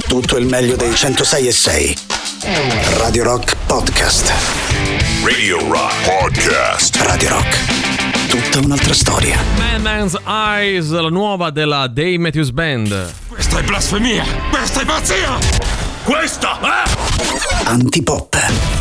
tutto il meglio dei 106.6. Radio Rock Podcast. Radio Rock Podcast. Radio Rock. Tutta un'altra storia. Man's Eyes, la nuova della Dave Matthews Band. Questa è blasfemia! Questa è pazzia! Questa è... Antipop.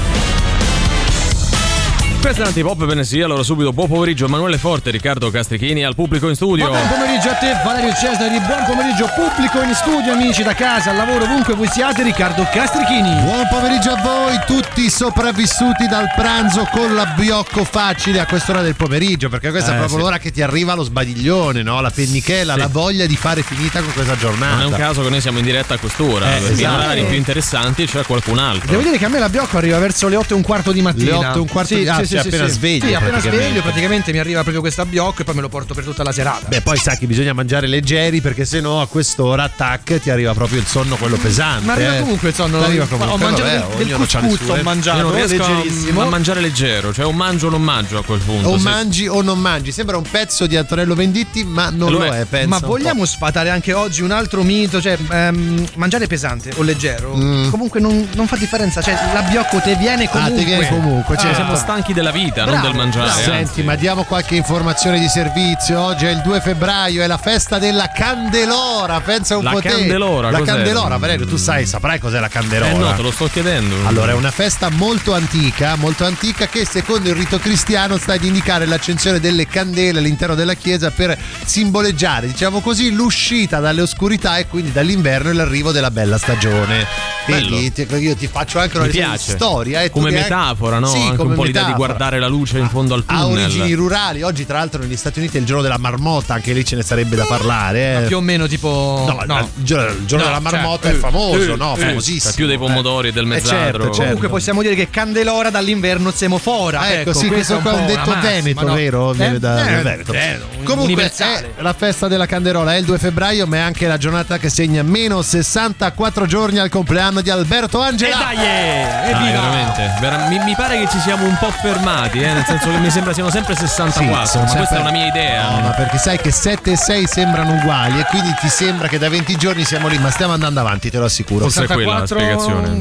Questa è Antipop, bene sì, allora subito buon pomeriggio Emanuele Forte, Riccardo Castrichini al pubblico in studio. Buon pomeriggio a te Valerio Cesari, buon pomeriggio pubblico in studio, amici da casa, al lavoro, ovunque voi siate, Riccardo Castrichini. Buon pomeriggio a voi tutti sopravvissuti dal pranzo con l'abbiocco facile a quest'ora del pomeriggio, perché questa è proprio l'ora che ti arriva lo sbadiglione, no? La pennichella, la voglia di fare finita con questa giornata. Non è un caso che noi siamo in diretta a quest'ora, perché in orari più interessanti c'è qualcun altro. Devo dire che a me l'abbiocco arriva verso le 8:15 di mattina. Le 8:15, sì, appena sveglio. Sì, appena sveglio praticamente mi arriva proprio questo abbiocco e poi me lo porto per tutta la serata. Beh, poi sai che bisogna mangiare leggeri, perché sennò a quest'ora tac ti arriva proprio il sonno quello pesante. Ma arriva comunque il sonno. Arriva comunque. Ho mangiato del couscous, ho mangiato. Io non riesco leggerissimo a mangiare leggero, cioè o mangio o non mangio a quel punto. O mangi o non mangi. Sembra un pezzo di Antonello Venditti, ma non lo è, penso. Ma vogliamo sfatare anche oggi un altro mito, cioè mangiare pesante o leggero comunque non fa differenza, cioè l'abbiocco te viene comunque. Ti viene comunque, cioè, siamo stanchi della vita, non del mangiare. Senti, ma diamo qualche informazione di servizio. Oggi è il 2 febbraio, è la festa della Candelora. Pensa un po' te. Candelora, la cos'è? Candelora, Valerio, tu saprai cos'è la Candelora? No, te lo sto chiedendo. Allora, è una festa molto antica che secondo il rito cristiano sta ad indicare l'accensione delle candele all'interno della chiesa per simboleggiare, diciamo così, l'uscita dalle oscurità e quindi dall'inverno e l'arrivo della bella stagione. Vedi, io ti faccio anche una storia. Come metafora, no? Sì, anche come un po' l'idea di metafora. Guardare la luce in fondo al tunnel. Ha origini rurali. Oggi tra l'altro negli Stati Uniti è il giorno della marmotta, anche lì ce ne sarebbe da parlare. Più o meno tipo il giorno della marmotta è famoso, famosissimo. Più dei pomodori e del mezzadro. Certo. Comunque possiamo dire che Candelora dall'inverno semofora. Ecco, sì, questo qua è un detto veneto, vero? Viene da Veneto. Comunque è la festa della Canderola, è il 2 febbraio, ma è anche la giornata che segna meno 64 giorni al compleanno di Alberto Angela. Veramente. Mi pare che ci siamo un po' fermati, nel senso che mi sembra siano sempre 64, ma questa è una mia idea. No, ma perché sai che 7 e 6 sembrano uguali e quindi ti sembra che da 20 giorni siamo lì, ma stiamo andando avanti, te lo assicuro. Forse è quella la spiegazione.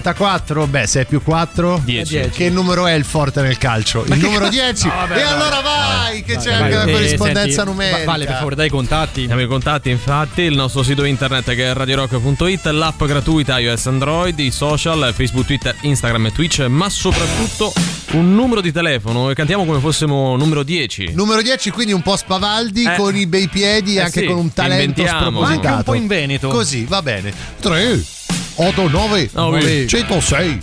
64, 6 più 4 10. Che numero è il forte nel calcio? Il numero 10. E allora vai, che c'è anche la corrispondenza numerica. Vale, per favore, dai i contatti. Abbiamo i contatti, infatti, il nostro sito internet che è radiorock.it, l'app gratuita iOS Android, i social, Facebook, Twitter, Instagram e Twitch, ma soprattutto un numero di telefono e cantiamo come fossimo numero 10. Numero 10, quindi un po' spavaldi, con i bei piedi e anche con un talento spropositato. Anche un po' in Veneto. Così, va bene. 3 8 9 106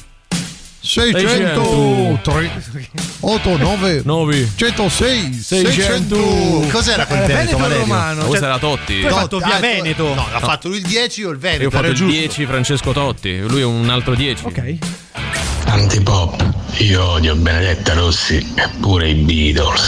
600 3 8 9 106 600. Cos'era quel Veneto, Valerio? Romano. Questa era Totti. Tu hai fatto via Veneto. No, l'ha fatto lui il 10 o il Veneto? Io ho fatto il giusto. 10 Francesco Totti, lui è un altro 10. Ok. Antipop, io odio Benedetta Rossi e pure i Beatles.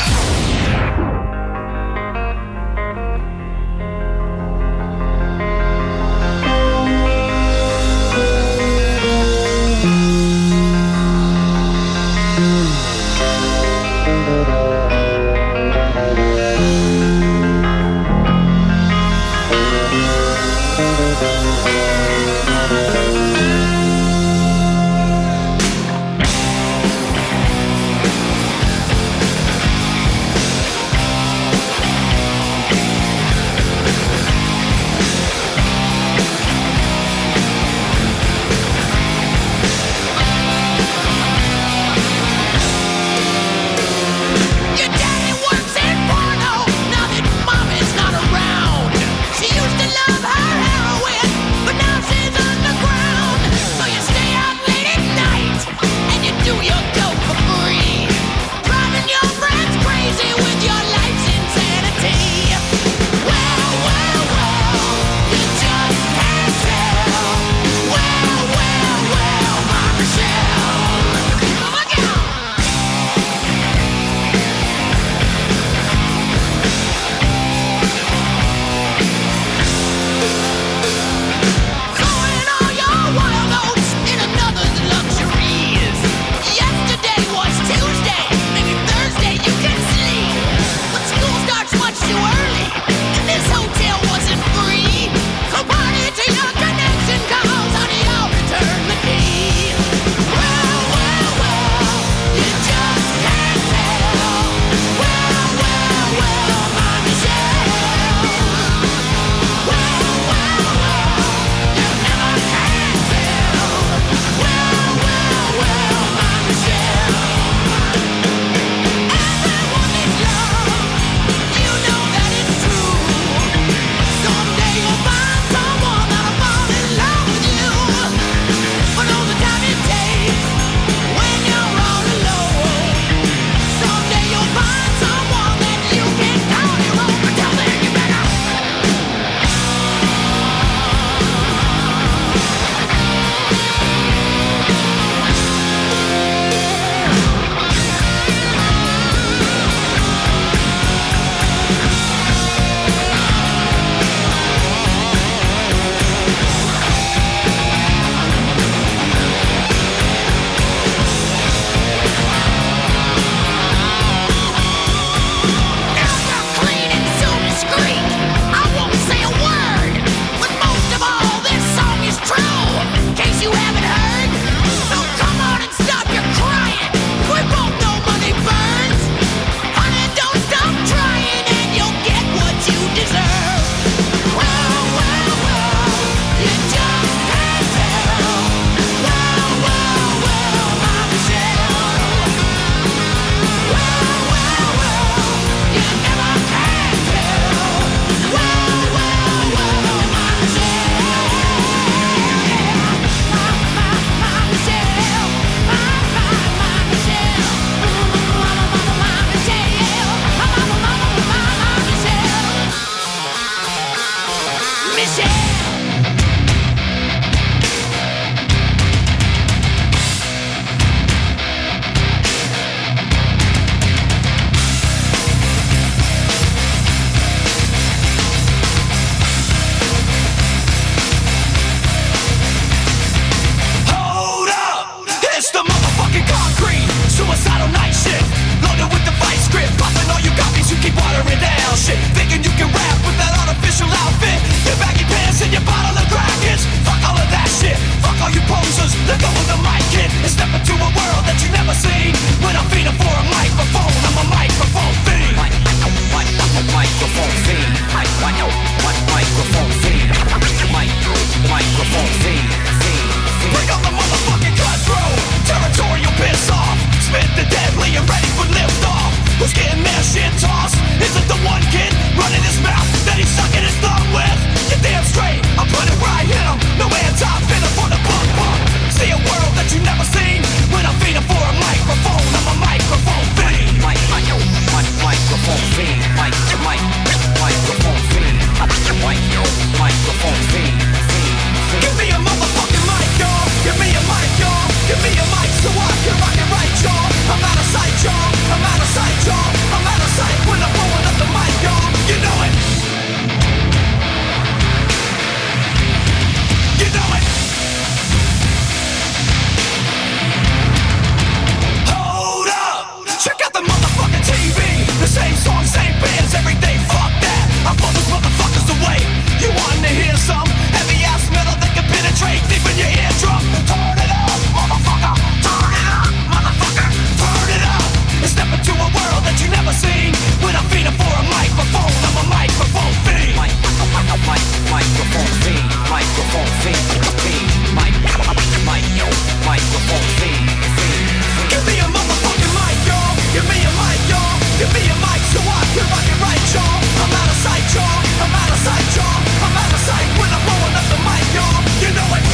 microphone fiend. Give me a motherfucking mic, y'all. Give me a mic, y'all. Give me a mic so I can rock it right, y'all. I'm out of sight, y'all. I'm out of sight, y'all. I'm out of sight when I'm blowing up the mic, y'all. You know it.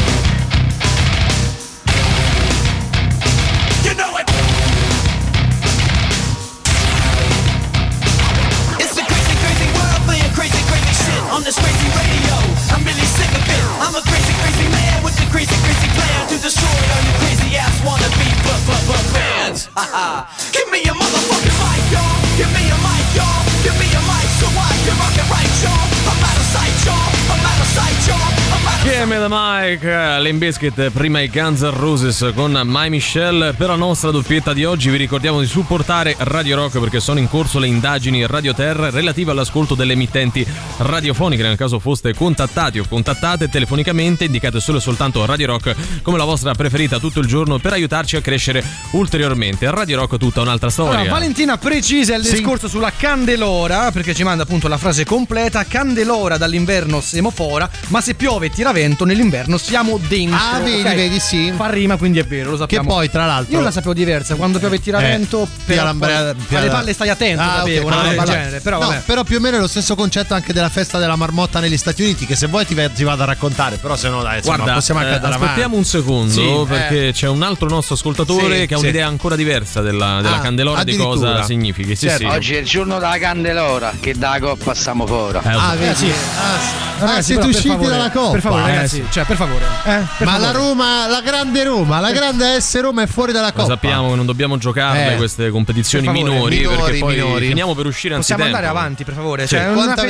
You know it. It's the crazy, crazy world playing crazy, crazy shit on this crazy radio. I'm really sick of it. I'm a crazy, crazy man with the crazy, crazy plan to destroy all you crazy ass wannabe fans. Give me a motherfucking mic, y'all. Give me a mic, y'all. Give me a mic so I can rock it right, y'all. I'm out of sight, y'all. I'm out of sight, y'all. Give me the mic, Limp Bizkit, prima i Guns N' Roses con My Michelle. Per la nostra doppietta di oggi vi ricordiamo di supportare Radio Rock perché sono in corso le indagini Radio Terra relative all'ascolto delle emittenti radiofoniche. Nel caso foste contattati o contattate telefonicamente, indicate solo e soltanto Radio Rock come la vostra preferita tutto il giorno per aiutarci a crescere ulteriormente. Radio Rock tutta un'altra storia. Allora, Valentina precisa il discorso sulla candelora, perché ci manda appunto la frase completa: candelora dall'inverno siamo fuori, ma se piove e tira vento nell'inverno siamo dentro. Ah, vedi, okay? vedi, sì. Fa rima, quindi è vero, lo sappiamo. Che poi, tra l'altro, io la sapevo diversa, quando piove e tira vento, alle palle stai attento, sapevo, una cosa del genere. Però, no, però più o meno è lo stesso concetto anche della festa della marmotta negli Stati Uniti, che se vuoi ti vado a raccontare, però se no dai, insomma, guarda, possiamo anche andare aspettiamo un secondo, perché c'è un altro nostro ascoltatore che ha un'idea ancora diversa della candelora, di cosa significhi. Certo. Oggi è il giorno della candelora, che da coppa stiamo fuori. Vedi? Ragazzi, siete usciti dalla coppa. Per favore, ragazzi, cioè, per favore. Per ma favore. la Roma, la grande Roma, la grande S Roma è fuori dalla coppa. Lo sappiamo che non dobbiamo giocare queste competizioni minori, perché poi finiamo per uscire anzitempo. Possiamo andare avanti, per favore. Cioè, Cioè, quanto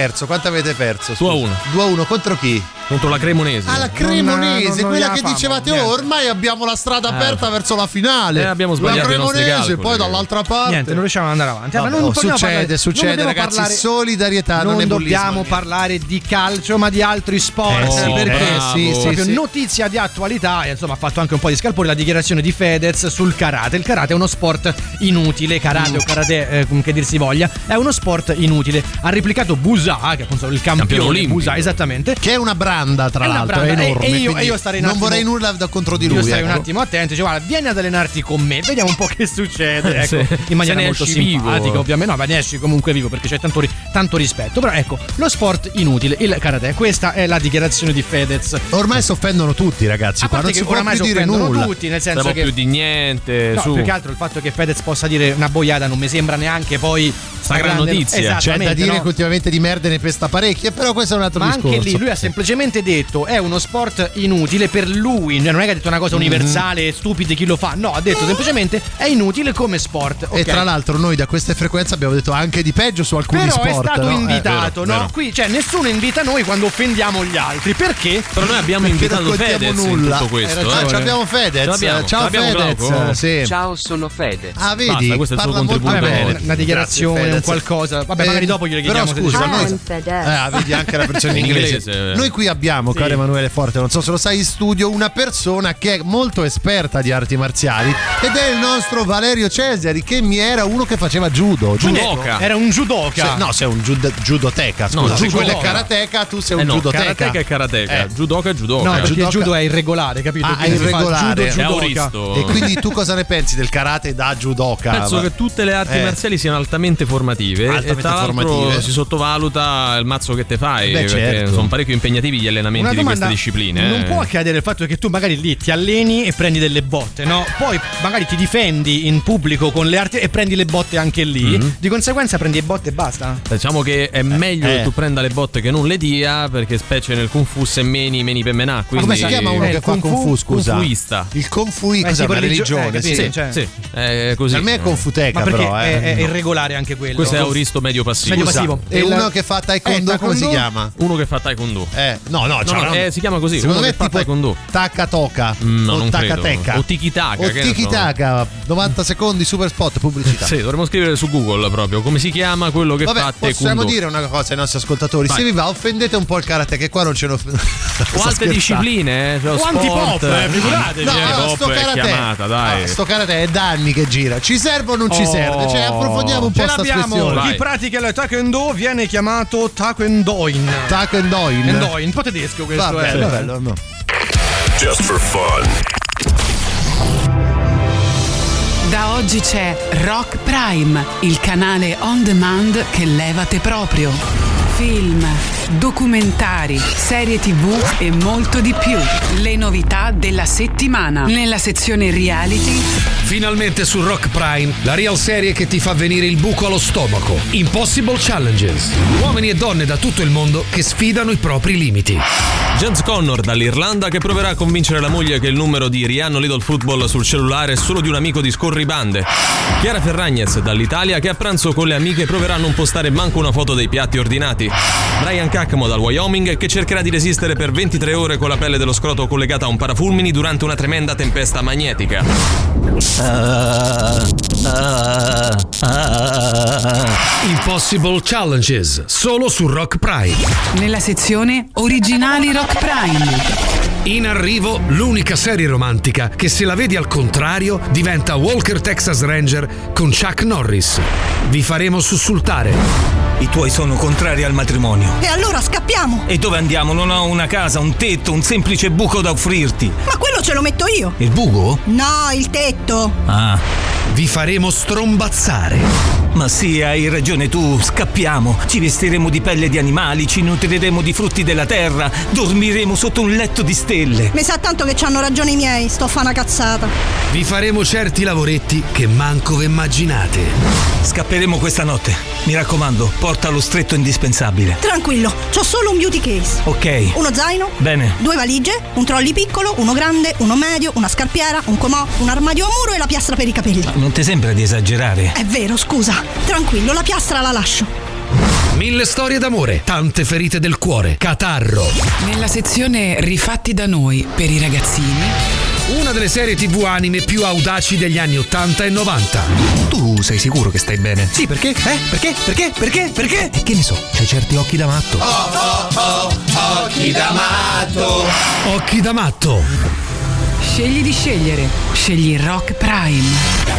avete perso? 2-1. 2-1 contro chi? Contro la Cremonese. La Cremonese, non quella la che famo, dicevate niente. ormai abbiamo la strada aperta verso la finale. Abbiamo sbagliato la i nostri Cremonese, calcoli. poi dall'altra parte. Niente, non riusciamo ad andare avanti. Vabbè, non succede, ragazzi. Solidarietà, non è dobbiamo parlare di calcio, ma di altri sport. Perché proprio notizia di attualità. E insomma, ha fatto anche un po' di scalpore la dichiarazione di Fedez sul karate. Il karate è uno sport inutile. Karate o karate, che dir si voglia, è uno sport inutile. Ha replicato Busa, che è appunto il campione olimpico. Busa, esattamente. Che è una branda, tra l'altro. È enorme, e io starei un non attimo, vorrei nulla contro di lui. Io starei un attimo attento, dice guarda, vieni ad allenarti con me, vediamo un po' che succede, ecco, in maniera molto simpatica, vivo. ovviamente. No, ma ne esci comunque vivo perché c'è tanto rispetto. Però ecco, lo sport inutile, il karate. Questa è la dichiarazione di Fedez. Ormai si offendono tutti, ragazzi. A parte non che si può oramai più si dire offendono nulla. tutti, nel senso che più di niente. no, su. più che altro il fatto che Fedez possa dire una boiata non mi sembra neanche poi sta gran notizia. C'è da dire che ultimamente di merda ne pesta parecchie, però questo è un altro ma discorso. anche lì lui ha semplicemente detto è uno sport inutile per lui, non è che ha detto una cosa universale, stupidi chi lo fa, no, ha detto semplicemente è inutile come sport. E tra l'altro noi da queste frequenze abbiamo detto anche di peggio su alcuni però sport. è stato invitato, vero, no? vero. Qui cioè nessuno invita noi quando offendiamo gli altri, perché? Però noi abbiamo invitato Fedez in tutto questo. Ci abbiamo Fedez. Ciao Fedez. Sì. Ciao, sono Fede. Ah, vedi? Basta, questo è il suo Parla molto contributo bene. oggi. Una dichiarazione, Grazie, un Fedez. qualcosa. Vabbè, magari dopo glielo chiediamo. Però scusa, noi vedi anche la versione in inglese. Noi qui abbiamo, caro Emanuele Forte, non so se lo sai, in studio una persona che è molto esperta di arti marziali ed è il nostro Valerio Cesari, che mi era uno che faceva judo. Judoka. Era un judoka. No, sei un judoteca, scusa. No, Se quello è judoka. karateka, tu sei un judoteca. Karateka è karateka, judoka è judoka. No, perché il judoka. judo è irregolare, capito? Ah, è Quindi si fa irregolare. judo, È judoka. auristo. E quindi tu cosa ne pensi del karate da judoka? Penso che tutte le arti marziali siano altamente formative. Altamente e tra l'altro formative. si sottovaluta il mazzo che te fai, Beh, perché certo. sono parecchio impegnativi gli allenamenti Una di queste domanda, discipline. non può accadere il fatto che tu magari lì ti alleni e prendi delle botte, no? Poi magari ti difendi in pubblico con le arti e prendi le botte anche lì. Di conseguenza prendi le botte e basta. Diciamo che è meglio che tu prenda le botte che non le dia, perché specie nel Kung Fu se meni per menà. Ma Quindi come si chiama uno che fa Kung Fu, scusa? Kung Fuista. Il Kung Fu, cos'è? sì, Una religio- religione, capito? sì. Cioè. Sì, è così. Per me è Kung Fu teca, Ma perché però. è irregolare anche quello. Questo è auristo medio passivo. Medio passivo. E uno che fa taekwondo, come si taekwondo? chiama? Uno che fa taekwondo. Si chiama così. Secondo uno me che fa tipo taekwondo. Taka-toka No, o non credo. Taka-teka O tiki-taka, o che ne so. tiki-taka. 90 secondi super spot pubblicità. Sì, dovremmo scrivere su Google proprio come si chiama quello che Vabbè, fa taekwondo. possiamo dire una cosa ai nostri ascoltatori. Vai. Se vi va, offendete un po' il karate, che qua non ce ne O altre discipline, cioè O antipop, sport. figuratevi. Pop sto è karate, chiamata, dai. no, sto karate è da anni che gira. Ci serve o non ci serve? Cioè, approfondiamo un po' Ce sta l'abbiamo. questione. Vai. Chi pratica il taekwondo viene chiamato taekwondoin. Taekwondo. Un po' tedesco questo Vabbè, è. bello, no. Just for fun. Da oggi c'è Rock Prime, il canale on demand che levate proprio. Film, documentari, serie TV e molto di più. Le novità della settimana. Nella sezione reality. Finalmente su Rock Prime, la real serie che ti fa venire il buco allo stomaco. Impossible Challenges. Uomini e donne da tutto il mondo che sfidano i propri limiti. James Connor dall'Irlanda che proverà a convincere la moglie che il numero di Rihanna Little Football sul cellulare è solo di un amico di scorribande. Chiara Ferragnez dall'Italia che a pranzo con le amiche proverà a non postare manco una foto dei piatti ordinati. Brian Cacmo dal Wyoming che cercherà di resistere per 23 ore con la pelle dello scroto collegata a un parafulmini durante una tremenda tempesta magnetica. Impossible Challenges, solo su Rock Prime. Nella sezione originali Rock Prime. In arrivo l'unica serie romantica che se la vedi al contrario diventa Walker Texas Ranger con Chuck Norris. Vi faremo sussultare. I tuoi sono contrari al matrimonio. E allora scappiamo! E dove andiamo? Non ho una casa, un tetto, un semplice buco da offrirti. Ma quello ce lo metto io! Il buco? No, il tetto! Ah. Vi faremo strombazzare. Ma sì, hai ragione tu, scappiamo. Ci vestiremo di pelle di animali, ci nutriremo di frutti della terra, dormiremo sotto un letto di stelle. Mi sa tanto che c'hanno ragione i miei, sto a fa una cazzata. Vi faremo certi lavoretti che manco ve immaginate. Scapperemo questa notte. Mi raccomando, porta lo stretto indispensabile. Tranquillo, c'ho solo un beauty case. Ok. Uno zaino. Bene. 2 valigie, un trolley piccolo, uno grande, uno medio, una scarpiera, un comò, un armadio a muro e la piastra per i capelli. Non ti sembra di esagerare? È vero, scusa. Tranquillo, la piastra la lascio. 1000 storie d'amore, tante ferite del cuore, catarro. Nella sezione rifatti da noi per i ragazzini. Una delle serie TV anime più audaci degli anni 80 e 90. Tu sei sicuro che stai bene? Sì, perché? Perché? E che ne so, c'hai certi occhi da matto. Occhi da matto. Occhi da matto. Scegli di scegliere. Scegli Rock Prime.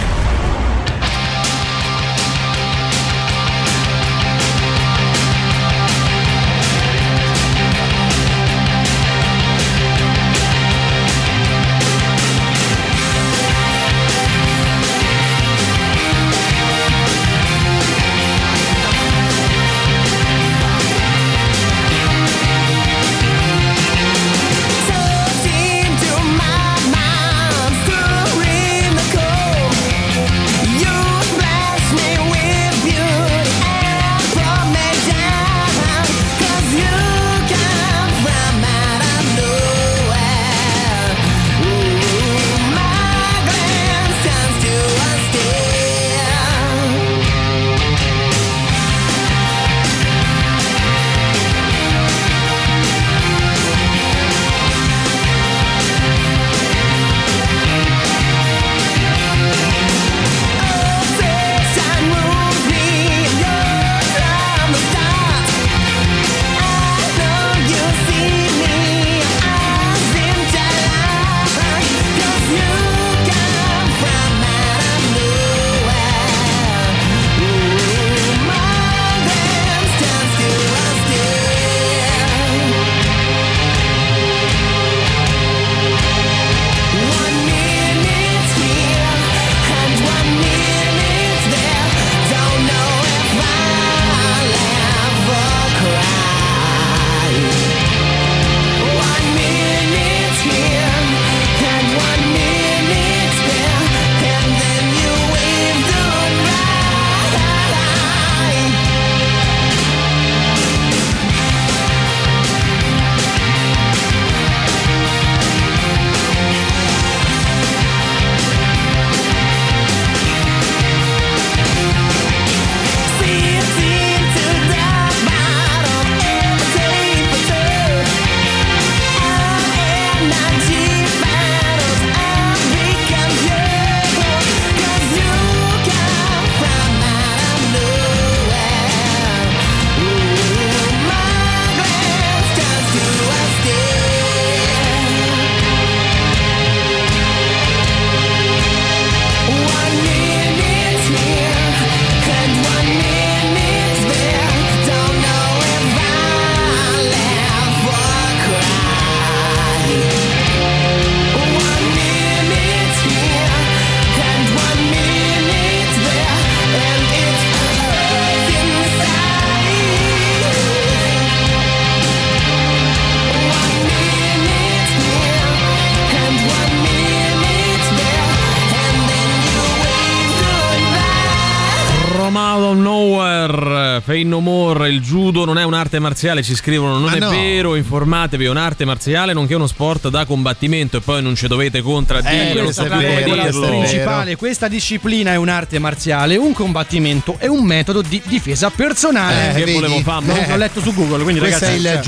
from Nowhere, Fade No More. Il judo non è un'arte marziale, ci scrivono, non è vero, informatevi, è un'arte marziale nonché uno sport da combattimento, e poi non ci dovete contraddire, non sapete come dirlo. Principale, questa disciplina è un'arte marziale, un combattimento e un metodo di difesa personale. Che volevo fare? L'ho letto su Google, quindi questo ragazzi, è il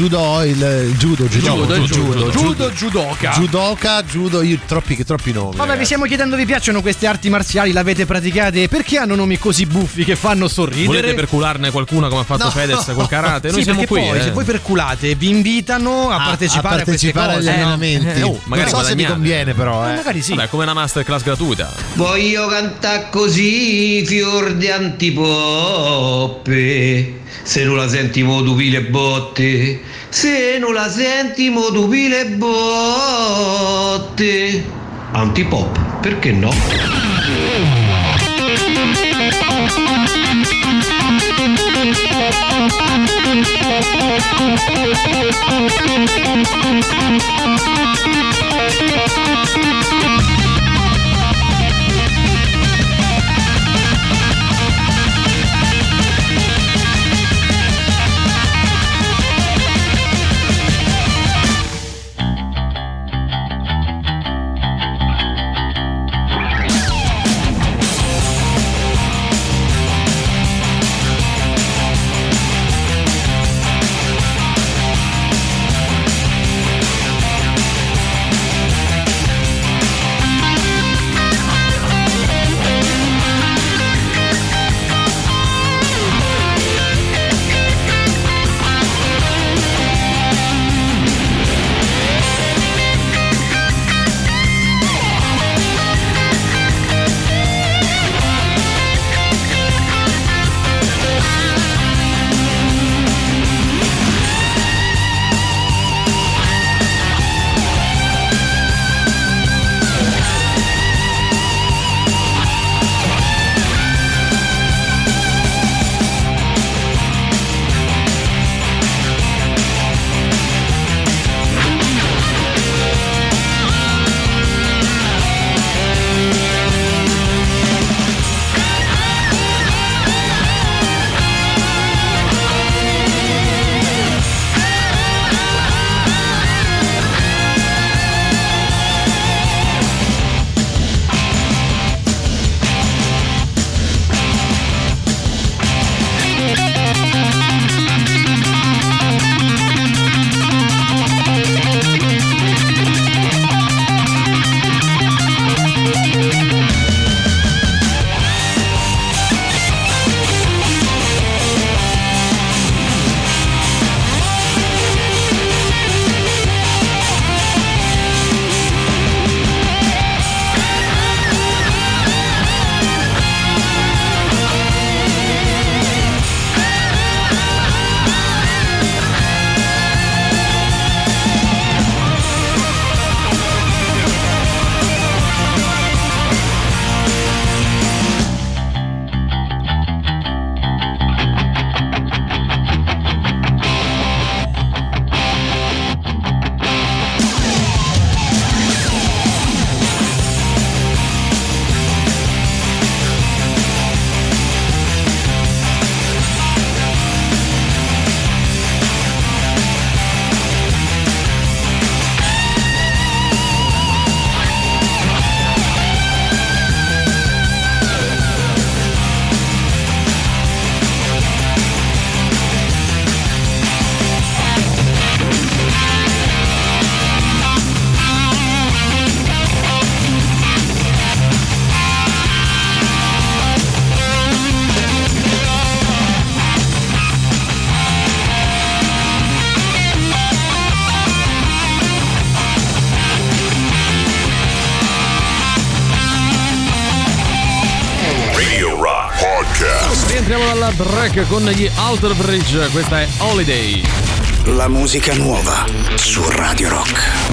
judo, io troppi nomi. Vabbè, vi stiamo chiedendo, vi piacciono queste arti marziali? L'avete praticate? Perché hanno nomi così buffi che fanno sorridere? Volete percularne qualcuna come ha fatto Fedez col karate? Noi sì, siamo qui. Poi, se voi perculate, vi invitano a partecipare a queste cose, agli allenamenti. Magari non so se mi conviene, però. Magari sì. Vabbè, come una masterclass gratuita. Voglio cantare così, fior di antipoppe. Se non la senti mo tu pile botte. Se non la senti mo tu pile botte. Antipop, perché no? Rientriamo dalla break con gli Alter Bridge, questa è Holiday. La musica nuova su Radio Rock.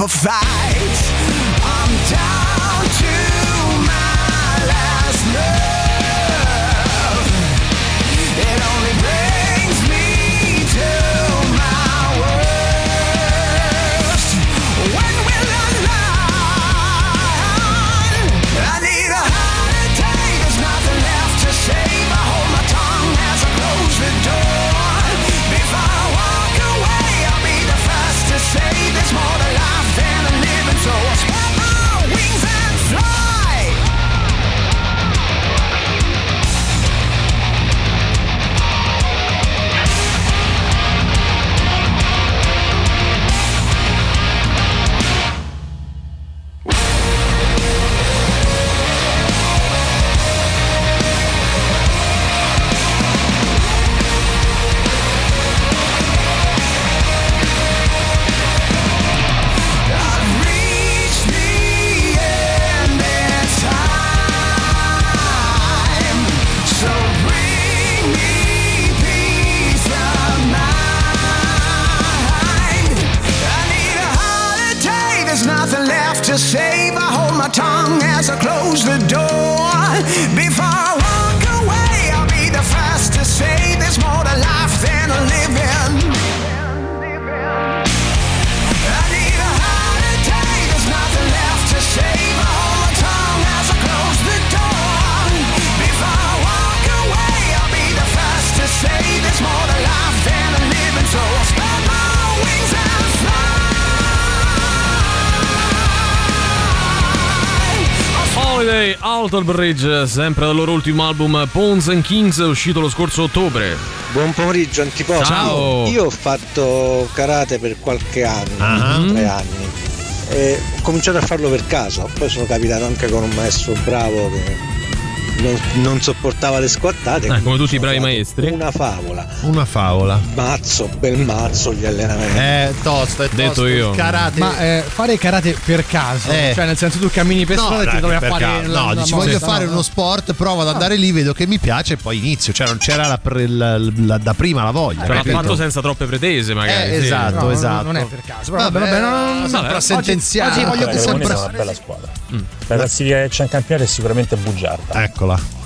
fight. I'm down to my last nerve. It only brings me to my worst. When will I learn? I need a heart attack. There's nothing left to say. I hold my tongue as I close the door. Before I walk away, I'll be the first to say there's more to life than a living. So I spread my wings and fly. To save, I hold my tongue as I close the door. Before I walk away, I'll be the first to say there's more to life than a living. I need a heart attack, there's nothing left to save. I hold my tongue as I close the door. Before I walk away, I'll be the first to say there's more to life than a living. So I spread my wings and fly. Holiday, Alter Bridge, sempre dal loro ultimo album Pawns and Kings, uscito lo scorso ottobre. Buon pomeriggio Antipop. Ciao. Io ho fatto karate per qualche anno, 3 anni, e ho cominciato a farlo per caso, poi sono capitato anche con un maestro bravo che non sopportava le squattate, come tutti i bravi maestri. Una favola. Bel mazzo gli allenamenti. Tosto, detto io. Karate. Ma fare karate per caso, cioè nel senso tu cammini per strada e ti trovi a fare dici voglio fare uno sport, provo ad andare lì, vedo che mi piace e poi inizio, cioè non c'era da prima la voglia. L'ha fatto senza troppe pretese magari. Esatto. Non è per caso. Vabbè, non sembra sentenziato. Oggi voglio che una bella squadra. La classifica che c'è in campionato è sicuramente bugiarda. Eccola.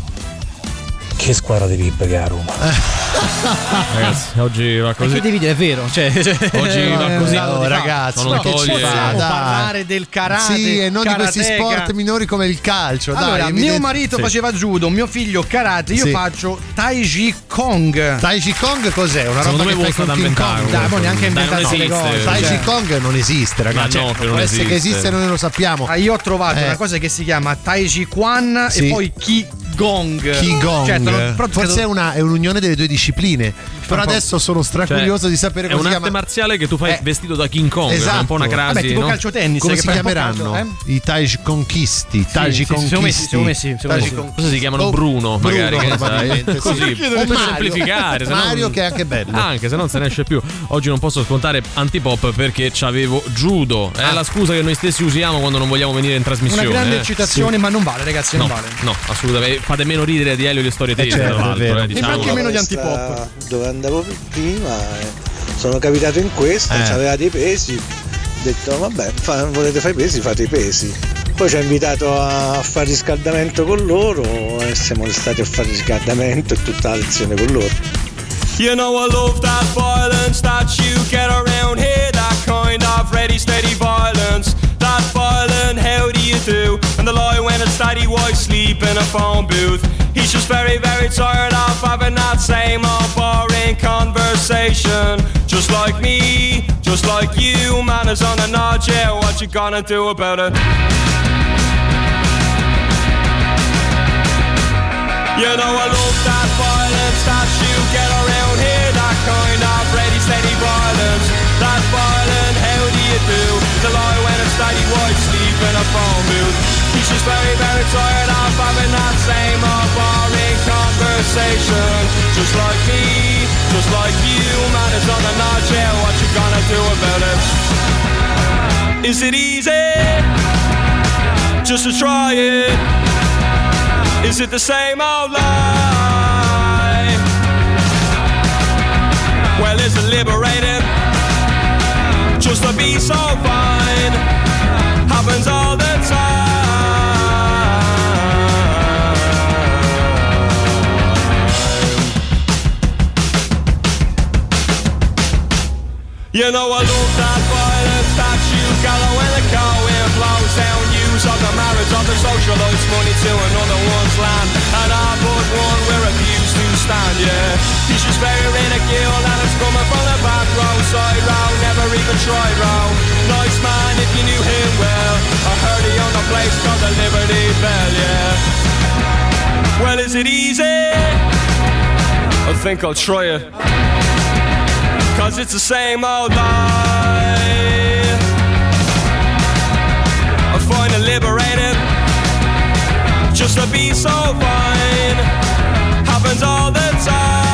Che squadra di pippe che è a Roma. Ragazzi, oggi va così. Che devi dire, è vero. Oggi va così. Ragazzi, non toglie. Parlare del karate. Sì, e non di questi sport minori come il calcio. Allora, mio marito faceva judo, mio figlio karate, io faccio Tai Chi Kong. Tai Chi Kong cos'è? Una roba che fai con King Kong? Dai, poi neanche inventato le cose. Tai Chi Kong non esiste, ragazzi. Non esiste. Che esiste noi lo sappiamo. Io ho trovato una cosa che si chiama Tai Chi Quan e poi Ki Gong. Cioè, forse è un'unione delle due discipline. Però adesso sono stracurioso di sapere come si chiama. È un'arte marziale che tu fai vestito da King Kong. Esatto. È un po' una crasi. Vabbè, tipo calcio tennis. Come si chiameranno? I Tai Chi Conquisti. Tai Chi Conquisti. Cosa si chiamano? Bruno, magari. Probabilmente. Così. Per semplificare. Mario, che è anche bello. Anche se non se ne esce più. Oggi non posso scontare Antipop perché c'avevo judo. È la scusa che noi stessi usiamo quando non vogliamo venire in trasmissione. Una grande eccitazione, ma non vale, ragazzi. Non vale. No, assolutamente. Fate meno ridere di Elio e le storie tese, tra l'altro. E anche meno di Antipop. Dove andavo prima, sono capitato in questa, c'aveva dei pesi, ho detto vabbè, volete fare i pesi, fate i pesi. Poi ci ha invitato a fare riscaldamento con loro e siamo stati a fare riscaldamento e tutta la lezione con loro. You know I love that violence that you get around here, that kind of ready steady violence, that violent how do you do, and the lie when it's daddy wife sleep in a phone booth. He's just very very tired of having that same old boring conversation. Just like me, just like you, man is on a nod, yeah, what you gonna do about it? You know I love that violence that you get around here, that kind of ready steady violence, that violent how do you do, the lie when it's daddy wife sleep in a phone booth. He's just very very tired of having that same old boring conversation. Just like me, just like you, man is on the nod, yeah, what you gonna do about it? Is it easy just to try it? Is it the same old lie? Well, is it liberating just to be so fine. Happens all the time. You know I love that violence that you gather when the car wind blows down. Use of the marriage of the socialites, money to another one's land. And I but one we refuse to stand, yeah. He's just very ridicule and it's coming from the back row. Side row, never even tried row. Nice man if you knew him well. I heard he owned a place called the Liberty Bell, yeah. Well, is it easy? I think I'll try it. 'Cause it's the same old life. I find it liberating just to be so fine. Happens all the time.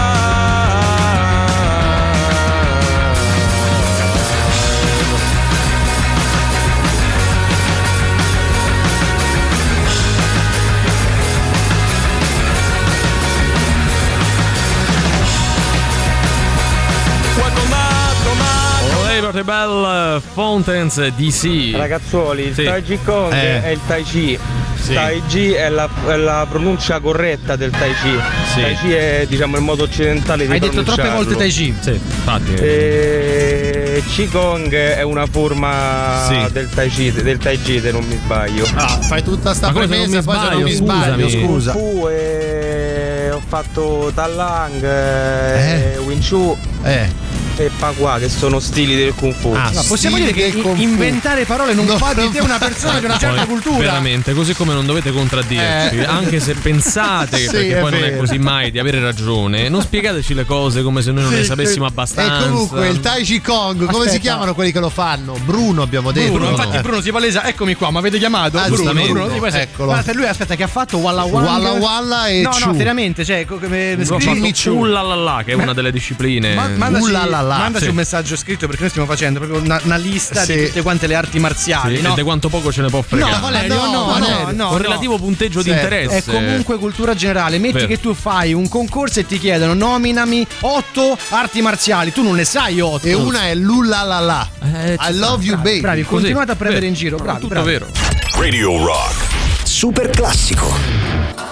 Liberty Bell, Fountains DC. Ragazzuoli, il Tai Chi Kong è il Tai Chi. Sì. Tai Chi è la pronuncia corretta del Tai Chi. Sì. Tai Chi è, diciamo, il modo occidentale di Hai detto troppe volte Tai Chi. Sì, infatti. Qi Gong è una forma del Tai Chi, se non mi sbaglio. Ah, fai tutta sta premessa, poi se non mi sbaglio, scusa. Fu ho fatto Talang, Wing Chun e Pagua, che sono stili del Kung Fu. No, possiamo dire che inventare parole non fa di te una persona di una certa cultura. Veramente, così come non dovete contraddirci, anche se pensate che perché poi non è così mai di avere ragione, non spiegateci le cose come se noi non ne sapessimo abbastanza. E comunque il Tai Chi Kong, come si chiamano quelli che lo fanno? Bruno, abbiamo detto. Bruno, infatti Bruno si palesa, eccomi qua, ma avete chiamato? Bruno, eccolo. Guarda, lui aspetta che ha fatto Walla Walla e No, veramente, cioè come scrivi Ullalala, che è una delle discipline. Mandaci un messaggio scritto, perché noi stiamo facendo proprio una lista di tutte quante le arti marziali, no? E di quanto poco ce ne può fregare. No, Valerio, no. Con relativo punteggio di interesse. È comunque cultura generale. Metti che tu fai un concorso e ti chiedono nominami 8 arti marziali, tu non ne sai 8. E una è l'Ullalala. I love you baby. Bravi, continuate a prendere in giro, bravi. Tutto vero. Radio Rock. Super classico.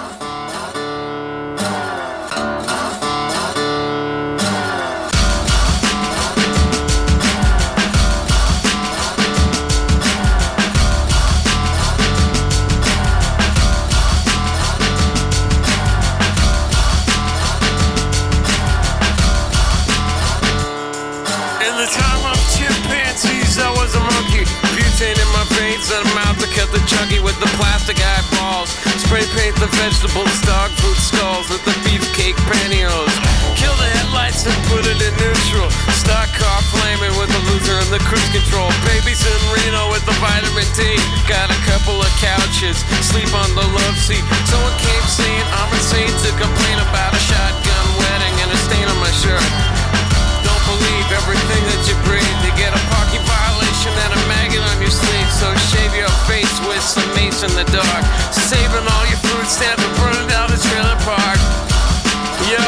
The chuggy with the plastic eyeballs. Spray paint the vegetables, dog food skulls with the beefcake pantyhose. Kill the headlights and put it in neutral. Stock car flaming with the loser and the cruise control. Babies in Reno with the vitamin D. Got a couple of couches, sleep on the love seat. Someone came saying I'm insane to complain about a shotgun wedding and a stain on my shirt. Don't believe everything that you breathe. You get a parking violation and a maggot on your sleeve. So shave your face with some mace in the dark. Saving all your food stamps and burning down the trailer park. Yo,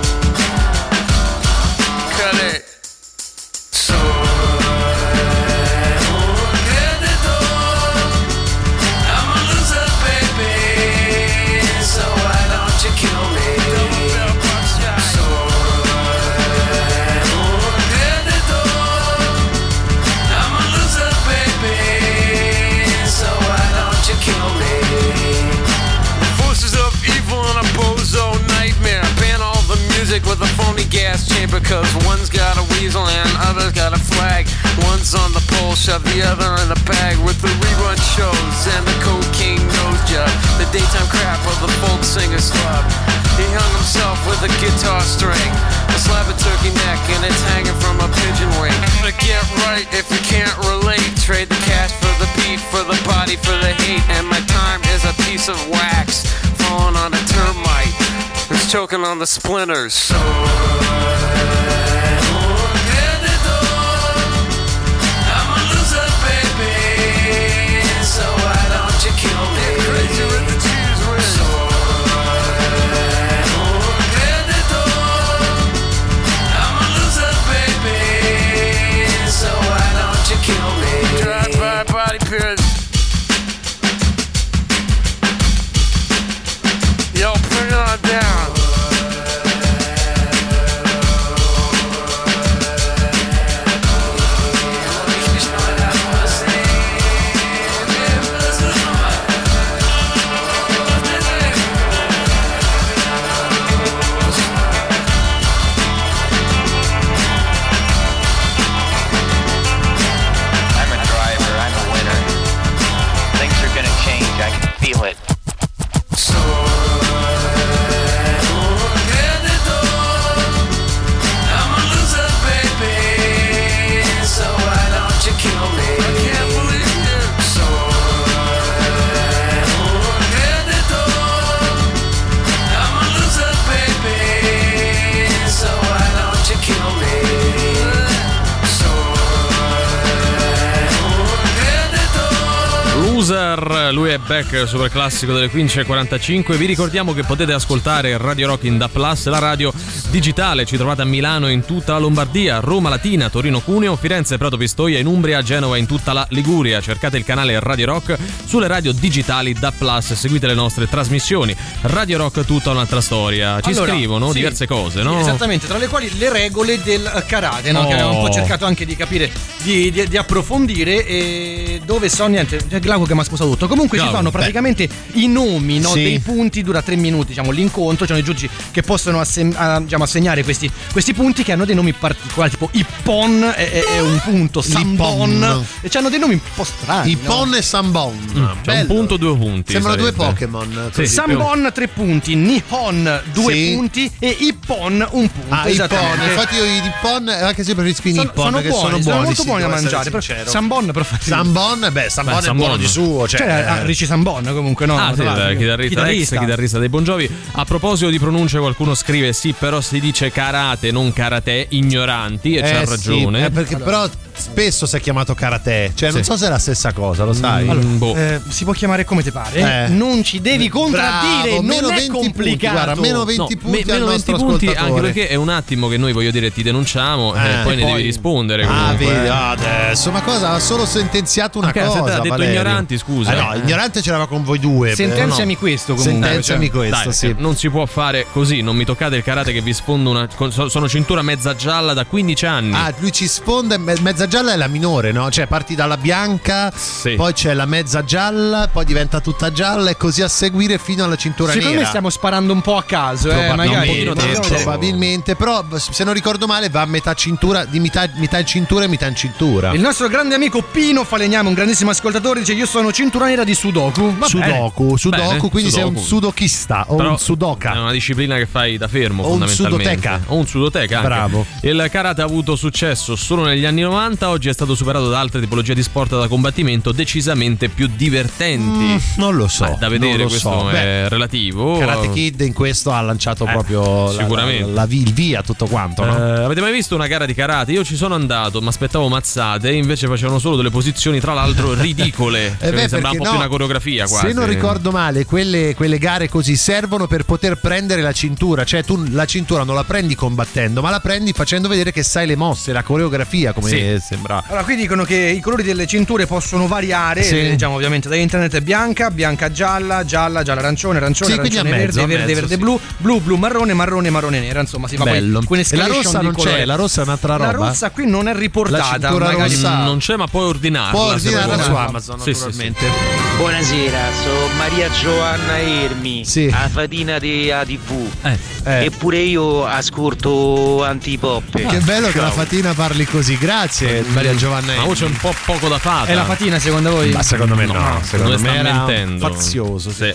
cut it. So I'm a loser, baby. So why don't you kill me? Kill me. Forces of evil and a bozo nightmare. Ban all the music with a phony gas chamber, cause one's got a weasel and other's got a flag. One's on the pole, shove the other in a bag. With the rerun shows and the cocaine nose job. The daytime crap of the folk singer slub. He hung himself with a guitar string, a slab of turkey neck, and it's hanging from a pigeon wing. To get right if you can't relate, trade the cash for the beat, for the body, for the hate. And my time is a piece of wax falling on a termite who's choking on the splinters. So I'm a loser, baby. So why don't you kill me? Get crazy with the cheese whiz. So I'm a loser, baby. So why Lui è Beck, super classico delle 15:45. Vi ricordiamo che potete ascoltare Radio Rock in DAB+, la radio digitale. Ci trovate a Milano e in tutta la Lombardia, Roma, Latina, Torino, Cuneo, Firenze, Prato, Pistoia, in Umbria, Genova e in tutta la Liguria. Cercate il canale Radio Rock sulle radio digitali DAB+, seguite le nostre trasmissioni. Radio Rock, tutta un'altra storia. Ci scrivono diverse cose, no? Esattamente, tra le quali le regole del karate, no? Che abbiamo un po' cercato anche di capire, di approfondire, e dove sono niente, c'è Glauco che mi ha sposato tutto. Comunque ci fanno praticamente i nomi, no, dei punti, dura 3 minuti, diciamo, l'incontro. C'erano i giudici che possono diciamo, assegnare questi punti che hanno dei nomi particolari, tipo Ippon è un punto, Sambon, e hanno dei nomi un po' strani. Ippon e Sambon. C'è un punto, 2 punti. Sembrano due Pokémon. Sì, Sambon 3 punti, Nihon 2 punti e Ippon 1 punto. Ippon. Infatti io i Ippon, anche se preferisco i Nippon, che sono buoni, sono molto buoni da mangiare. Sambon è buono di suo, cioè Richie Sambon comunque, no? Sì, chitarrista dei Bon Jovi. A proposito di pronunce, qualcuno scrive sì, però si dice karate, non karate, ignoranti, e c'ha ragione. Sì, perché però spesso si è chiamato karate, cioè non so se è la stessa cosa, lo sai? Allora, si può chiamare come ti pare, non ci devi contraddire. Bravo, non è complicato. Guarda, meno 20 punti al nostro 20 punti, ascoltatore. anche perché è un attimo che noi, voglio dire, ti denunciamo e poi ne devi rispondere comunque. Vedi, adesso ma cosa? Ha solo sentenziato una cosa. Ha detto Valerio. Ignoranti, scusa. No, ignorante c'era con voi due. Sentenziami questo comunque. Sentenziami questo, sì. Non si può fare così, non mi toccate il karate che vi sfondo sono cintura mezza gialla da 15 anni. Lui ci sfonda, mezza gialla è la minore, no? Cioè parti dalla bianca, poi c'è la mezza gialla, poi diventa tutta gialla e così a seguire fino alla cintura nera. Secondo me stiamo sparando un po' a caso, probabilmente, però se non ricordo male va a metà cintura, di metà in cintura e metà in cintura. Il nostro grande amico Pino Falegname, un grandissimo ascoltatore, dice: io sono cintura nera di Sudoku. Sudoku, quindi sei un sudokista o un sudoka. È una disciplina che fai da fermo, fondamentalmente. O un sudoteca anche. Bravo. Il karate ha avuto successo solo negli anni 90, oggi è stato superato da altre tipologie di sport da combattimento decisamente più divertenti. Non lo so. Da vedere, questo è relativo. Karate Kid in questo ha lanciato proprio sicuramente il via tutto quanto, no? Avete mai visto una gara di karate? Io ci sono andato, mi aspettavo mazzate, invece facevano solo delle posizioni, tra l'altro ridicole. Mi sembrava un po' più una coreografia quasi. Se non ricordo male, quelle gare così servono per poter prendere la cintura, cioè tu la cintura non la prendi combattendo, ma la prendi facendo vedere che sai le mosse, la coreografia, come sembra. Allora, qui dicono che i colori delle cinture possono variare, leggiamo ovviamente da internet: bianca, gialla, gialla, arancione, arancione, verde, blu, marrone, nera, insomma si va bello. Poi e la rossa non c'è, la rossa è un'altra roba. La rossa qui non è riportata, magari non c'è, ma puoi ordinarla. Puoi ordinarla su Amazon, naturalmente. Buonasera, sono Maria Giovanna Ermi, la fatina di ATV. Eppure io ascolto Antipop. Che bello che la fatina parli così, grazie Maria Giovanna Ermi. Ma c'è un po' poco da fare. È la fatina secondo voi? Ma secondo me no, secondo me sta era mentendo. Fazioso, sì.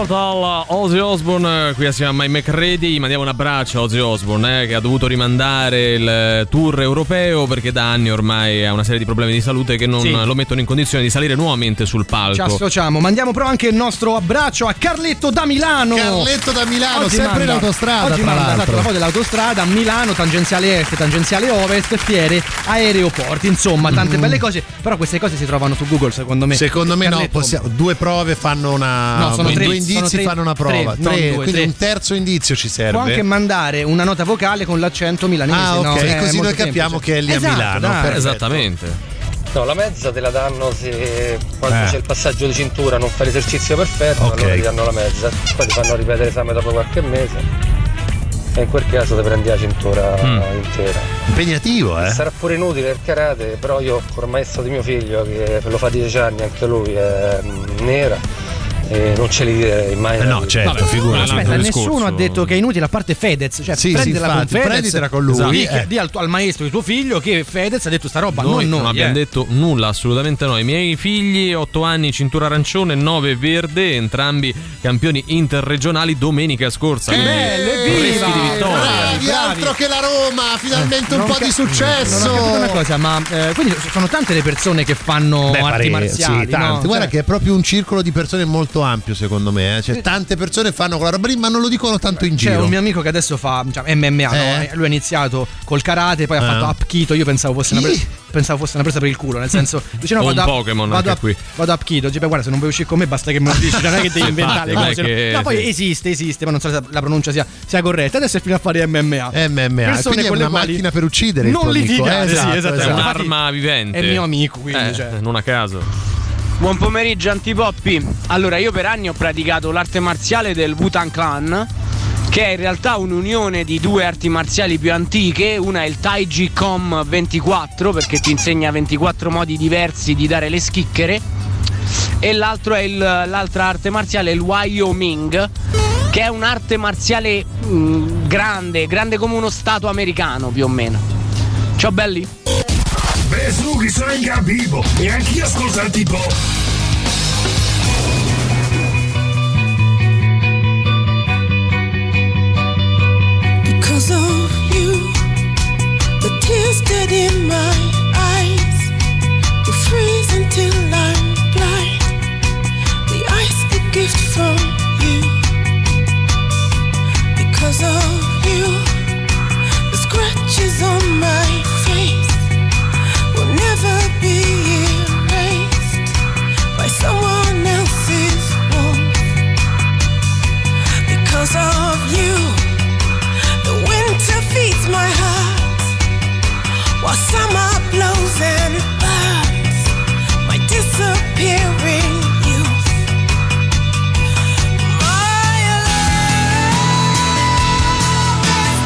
Immortal Ozzy Osbourne qui assieme a Mike McCready. Mandiamo un abbraccio a Ozzy Osbourne che ha dovuto rimandare il tour europeo perché da anni ormai ha una serie di problemi di salute che non lo mettono in condizione di salire nuovamente sul palco. Ci associamo. Mandiamo però anche il nostro abbraccio a Carletto da Milano. Carletto da Milano, oggi sempre in autostrada. Oggi tra l'altro. la foto dell'autostrada, Milano, tangenziale est, tangenziale ovest, fiere, aeroporti, insomma tante belle cose. Però queste cose si trovano su Google secondo me. Secondo me Carletto, due prove fanno una. No, sono tre, due indizi fanno una prova. Quindi un terzo indizio ci serve. Può anche mandare una nota vocale con l'accento milanese. Ah, ok, no? così noi capiamo che è lì a Milano. Esattamente. No, la mezza te la danno se quando c'è il passaggio di cintura non fai l'esercizio perfetto, allora ti danno la mezza, poi ti fanno ripetere l'esame dopo qualche mese e in quel caso ti prendi la cintura intera. Impegnativo, Sarà pure inutile il karate, però io col maestro di mio figlio che lo fa 10 anni, anche lui è nera. Non ce li direi mai. No, certo, figura. Aspetta, nessuno ha detto che è inutile a parte Fedez. Cioè, prendila con Fedez, prenditela con lui. Di al maestro di tuo figlio che Fedez ha detto sta roba. Non abbiamo detto nulla, assolutamente no. I miei figli, 8 anni, cintura arancione, 9 verde, entrambi campioni interregionali domenica scorsa. Che bello, freschi di vittoria. Bravi, altro che la Roma, finalmente un po' di successo. Non ho capito una cosa, ma quindi sono tante le persone che fanno arti marziali. Sì, tante. No? Guarda che è proprio un circolo di persone molto ampio secondo me, cioè tante persone fanno quella roba lì ma non lo dicono tanto in giro. C'è un mio amico che adesso fa MMA, no? Lui ha iniziato col karate, poi ha fatto Hapkido. Io pensavo fosse una presa per il culo, nel senso dice no, vado Hapkido. Dice guarda, se non vuoi uscire con me basta che me lo dici, non è che devi inventare le cose. No, poi esiste, ma non so se la pronuncia sia corretta. Adesso è fino a fare MMA. Quindi è una macchina per uccidere non il tuo amico. Esatto. È un'arma vivente. È mio amico, quindi non a caso. Buon pomeriggio Antipoppi. Allora, io per anni ho praticato l'arte marziale del Wu-Tang Clan, che è in realtà un'unione di due arti marziali più antiche. Una è il Tai Chi Com 24, perché ti insegna 24 modi diversi di dare le schicchere, e l'altro è l'altra arte marziale, il Wyoming, che è un'arte marziale grande come uno stato americano più o meno. Ciao belli. Beh, su chi sono in capivo e anch'io ascolto Antipop. Because of you, the tears dead in my eyes will freeze until I'm blind. The ice a gift from you. Because of you, the scratches on my face will never be erased by someone else's warmth. Because of you, the winter feeds my heart while summer blows and burns my disappearing youth. My love is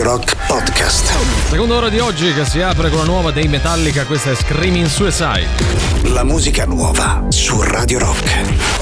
Radio Rock Podcast. Seconda ora di oggi che si apre con la nuova dei Metallica, questa è Screaming Suicide. La musica nuova su Radio Rock.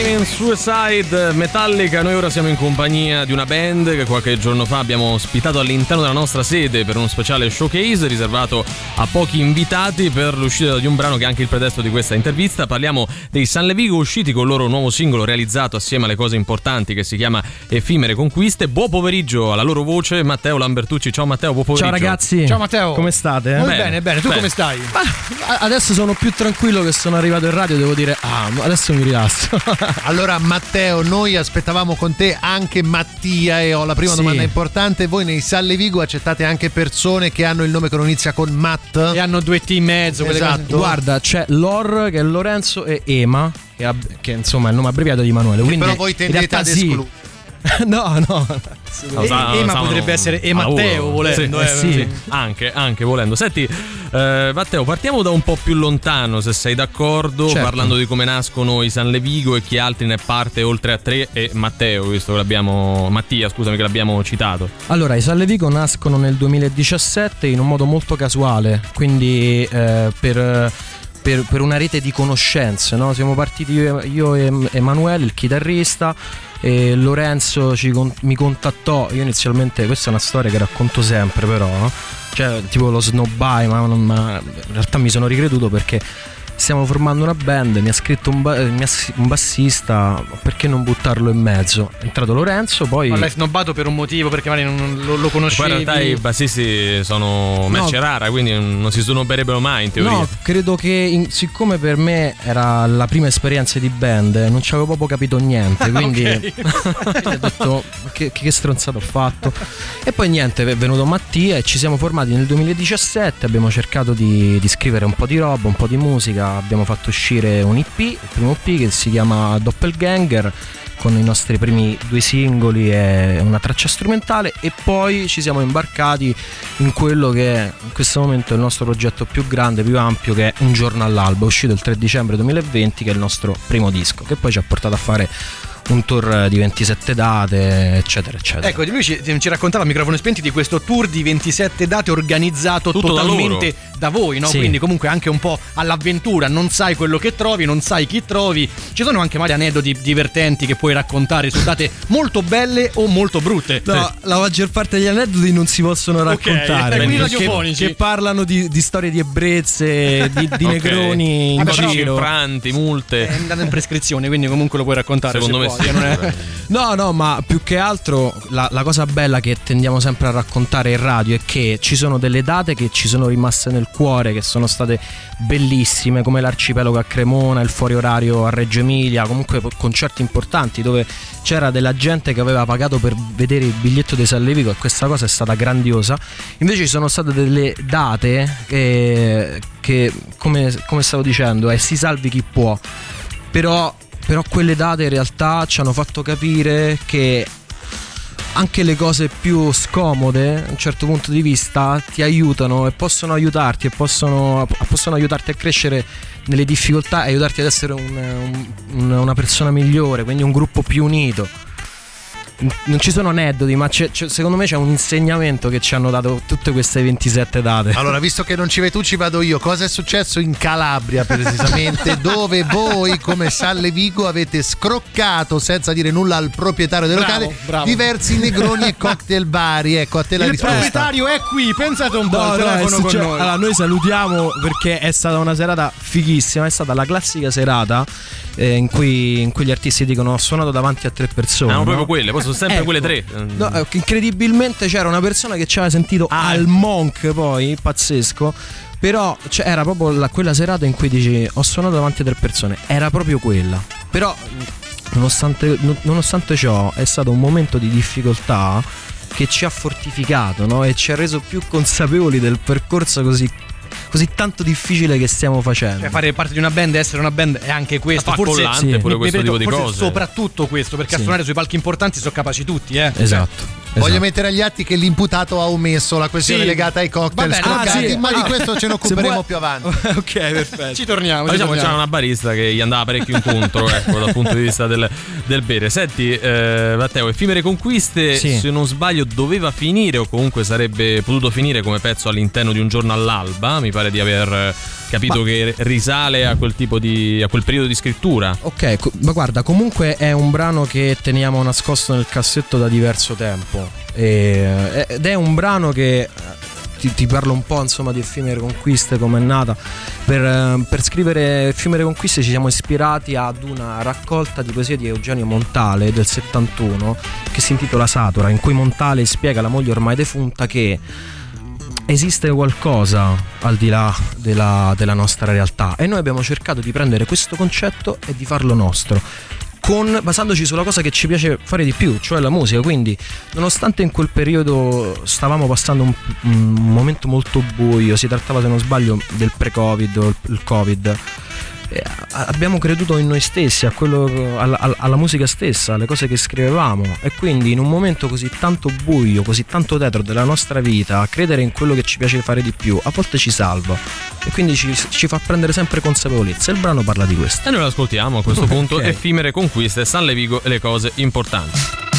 Flaming Suicide, Metallica. Noi ora siamo in compagnia di una band che qualche giorno fa abbiamo ospitato all'interno della nostra sede per uno speciale showcase riservato a pochi invitati per l'uscita di un brano che è anche il pretesto di questa intervista. Parliamo dei San Levigo, usciti con il loro nuovo singolo realizzato assieme alle cose importanti che si chiama Effimere Conquiste. Buon pomeriggio alla loro voce Matteo Lambertucci. Ciao Matteo, buon pomeriggio. Ciao ragazzi. Ciao Matteo. Come state? Molto bene, bene. Tu come stai? Adesso sono più tranquillo che sono arrivato in radio, devo dire, adesso mi rilasso. Allora Matteo, noi aspettavamo con te anche Mattia e ho la prima domanda importante. Voi nei San Levigo accettate anche persone che hanno il nome che non inizia con Matt? E hanno 2 T in mezzo. Esatto. Guarda, c'è Lor che è Lorenzo e Ema che insomma è il nome abbreviato di Emanuele. Però voi tendete ad escludere. No. Ema potrebbe essere Matteo volendo. Sì. Anche volendo. Senti, Matteo, partiamo da un po' più lontano, se sei d'accordo, certo. Parlando di come nascono i San Levigo e chi altri ne parte oltre a te e Matteo, visto che Mattia, scusami, che l'abbiamo citato. Allora, i San Levigo nascono nel 2017 in un modo molto casuale, quindi per una rete di conoscenze, no? Siamo partiti io e Emanuele, il chitarrista, e Lorenzo mi contattò. Io inizialmente, questa è una storia che racconto sempre, però, cioè tipo lo snobbai, ma in realtà mi sono ricreduto perché stiamo formando una band, mi ha scritto un bassista, perché non buttarlo in mezzo? È entrato Lorenzo, poi... Ma l'hai snobbato per un motivo, perché magari non lo conoscevi? Poi in realtà i bassisti sono merce rara, quindi non si snobberebbero mai in teoria. No, credo che siccome per me era la prima esperienza di band, non ci avevo proprio capito niente, quindi ho detto che stronzato ho fatto. E poi niente, è venuto Mattia e ci siamo formati nel 2017, abbiamo cercato di scrivere un po' di roba, un po' di musica. Abbiamo fatto uscire un EP, il primo EP che si chiama Doppelganger, con i nostri primi 2 singoli e una traccia strumentale, e poi ci siamo imbarcati in quello che è in questo momento il nostro progetto più grande, più ampio, che è Un giorno all'alba, uscito il 3 dicembre 2020, che è il nostro primo disco, che poi ci ha portato a fare un tour di 27 date, eccetera eccetera. Ecco, lui ci raccontava a microfoni spenti di questo tour di 27 date organizzato tutto totalmente da voi, no? Sì. Quindi comunque anche un po' all'avventura, non sai quello che trovi, non sai chi trovi. Ci sono anche magari aneddoti divertenti che puoi raccontare su date molto belle o molto brutte. No, la maggior parte degli aneddoti non si possono raccontare, che parlano di storie di ebbrezze, di negroni in giro, infranti, multe. È andato in prescrizione, quindi comunque lo puoi raccontare. Secondo me non è... No, ma più che altro la cosa bella che tendiamo sempre a raccontare in radio è che ci sono delle date che ci sono rimaste nel cuore, che sono state bellissime, come l'Arcipelago a Cremona, il fuori orario a Reggio Emilia, comunque concerti importanti dove c'era della gente che aveva pagato per vedere il biglietto dei San Levigo, e questa cosa è stata grandiosa. Invece ci sono state delle date che come stavo dicendo, si salvi chi può, però quelle date in realtà ci hanno fatto capire che anche le cose più scomode, da un certo punto di vista, ti aiutano e possono aiutarti e possono aiutarti a crescere nelle difficoltà e aiutarti ad essere una persona migliore, quindi un gruppo più unito. Non ci sono aneddoti, ma secondo me c'è un insegnamento che ci hanno dato tutte queste 27 date. Allora, visto che non ci vai tu, ci vado io. Cosa è successo in Calabria, precisamente, dove voi come San Levigo avete scroccato, senza dire nulla al proprietario del locale, diversi negroni e cocktail vari? Ecco, a te la risposta. Il proprietario è qui, pensate un po', telefono con noi. Allora, noi salutiamo perché è stata una serata fighissima, è stata la classica serata in cui gli artisti dicono: ho suonato davanti a 3 persone. Proprio quelle, poi sono sempre quelle 3. No, incredibilmente c'era una persona che ci aveva sentito al Monk, poi pazzesco. Però era proprio quella serata in cui dici: ho suonato davanti a 3 persone. Era proprio quella. Però nonostante ciò è stato un momento di difficoltà che ci ha fortificato, no? E ci ha reso più consapevoli del percorso così tanto difficile che stiamo facendo. Cioè, fare parte di una band, essere una band è anche questo. Forse pure questo tipo di cose. Soprattutto questo, perché a suonare sui palchi importanti sono capaci tutti, Esatto. Voglio mettere agli atti che l'imputato ha omesso la questione legata ai cocktail scroccati, ma di questo ce ne occuperemo più avanti. Ok, perfetto. Ci torniamo. Diciamo c'era una barista che gli andava parecchio incontro, ecco, dal punto di vista del bere. Senti, Matteo, Effimere Conquiste, se non sbaglio, doveva finire, o comunque sarebbe potuto finire come pezzo all'interno di Un giorno all'alba. Mi pare di aver capito che risale a quel tipo a quel periodo di scrittura. Ok, ma guarda, comunque è un brano che teniamo nascosto nel cassetto da diverso tempo ed è un brano che ti parlo un po', insomma, di Effimere Conquiste, come è nata. Per scrivere Effimere Conquiste ci siamo ispirati ad una raccolta di poesie di Eugenio Montale del 71 che si intitola Satura, in cui Montale spiega alla moglie ormai defunta che esiste qualcosa al di là della nostra realtà, e noi abbiamo cercato di prendere questo concetto e di farlo nostro, basandoci sulla cosa che ci piace fare di più, cioè la musica. Quindi, nonostante in quel periodo stavamo passando un momento molto buio, si trattava, se non sbaglio, del pre-Covid o il Covid, abbiamo creduto in noi stessi, alla musica stessa, alle cose che scrivevamo, e quindi in un momento così tanto buio, così tanto tetro della nostra vita, credere in quello che ci piace fare di più a volte ci salva e quindi ci fa prendere sempre consapevolezza. Il brano parla di questo e noi lo ascoltiamo a questo punto. Okay. Effimere Conquiste, San Levigo e le cose importanti.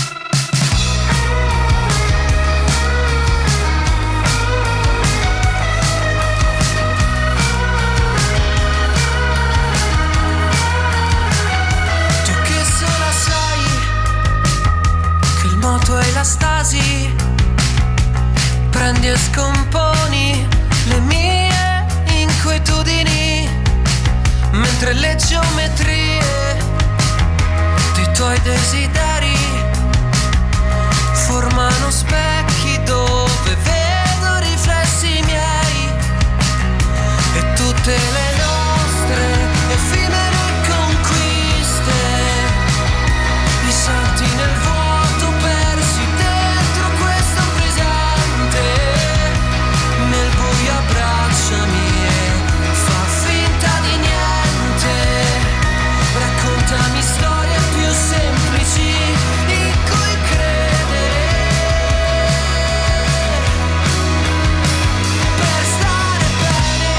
Stasi, prendi e scomponi le mie inquietudini, mentre le geometrie dei tuoi desideri formano specchi dove vedo riflessi miei e tutte le nostre effimere conquiste, i salti nel vuoto fa finta di niente, raccontami storie più semplici in cui credere, per stare bene.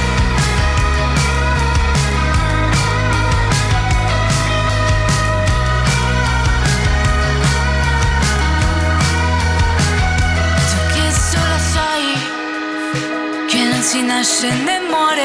Tu che solo sai che non si nasce né muore,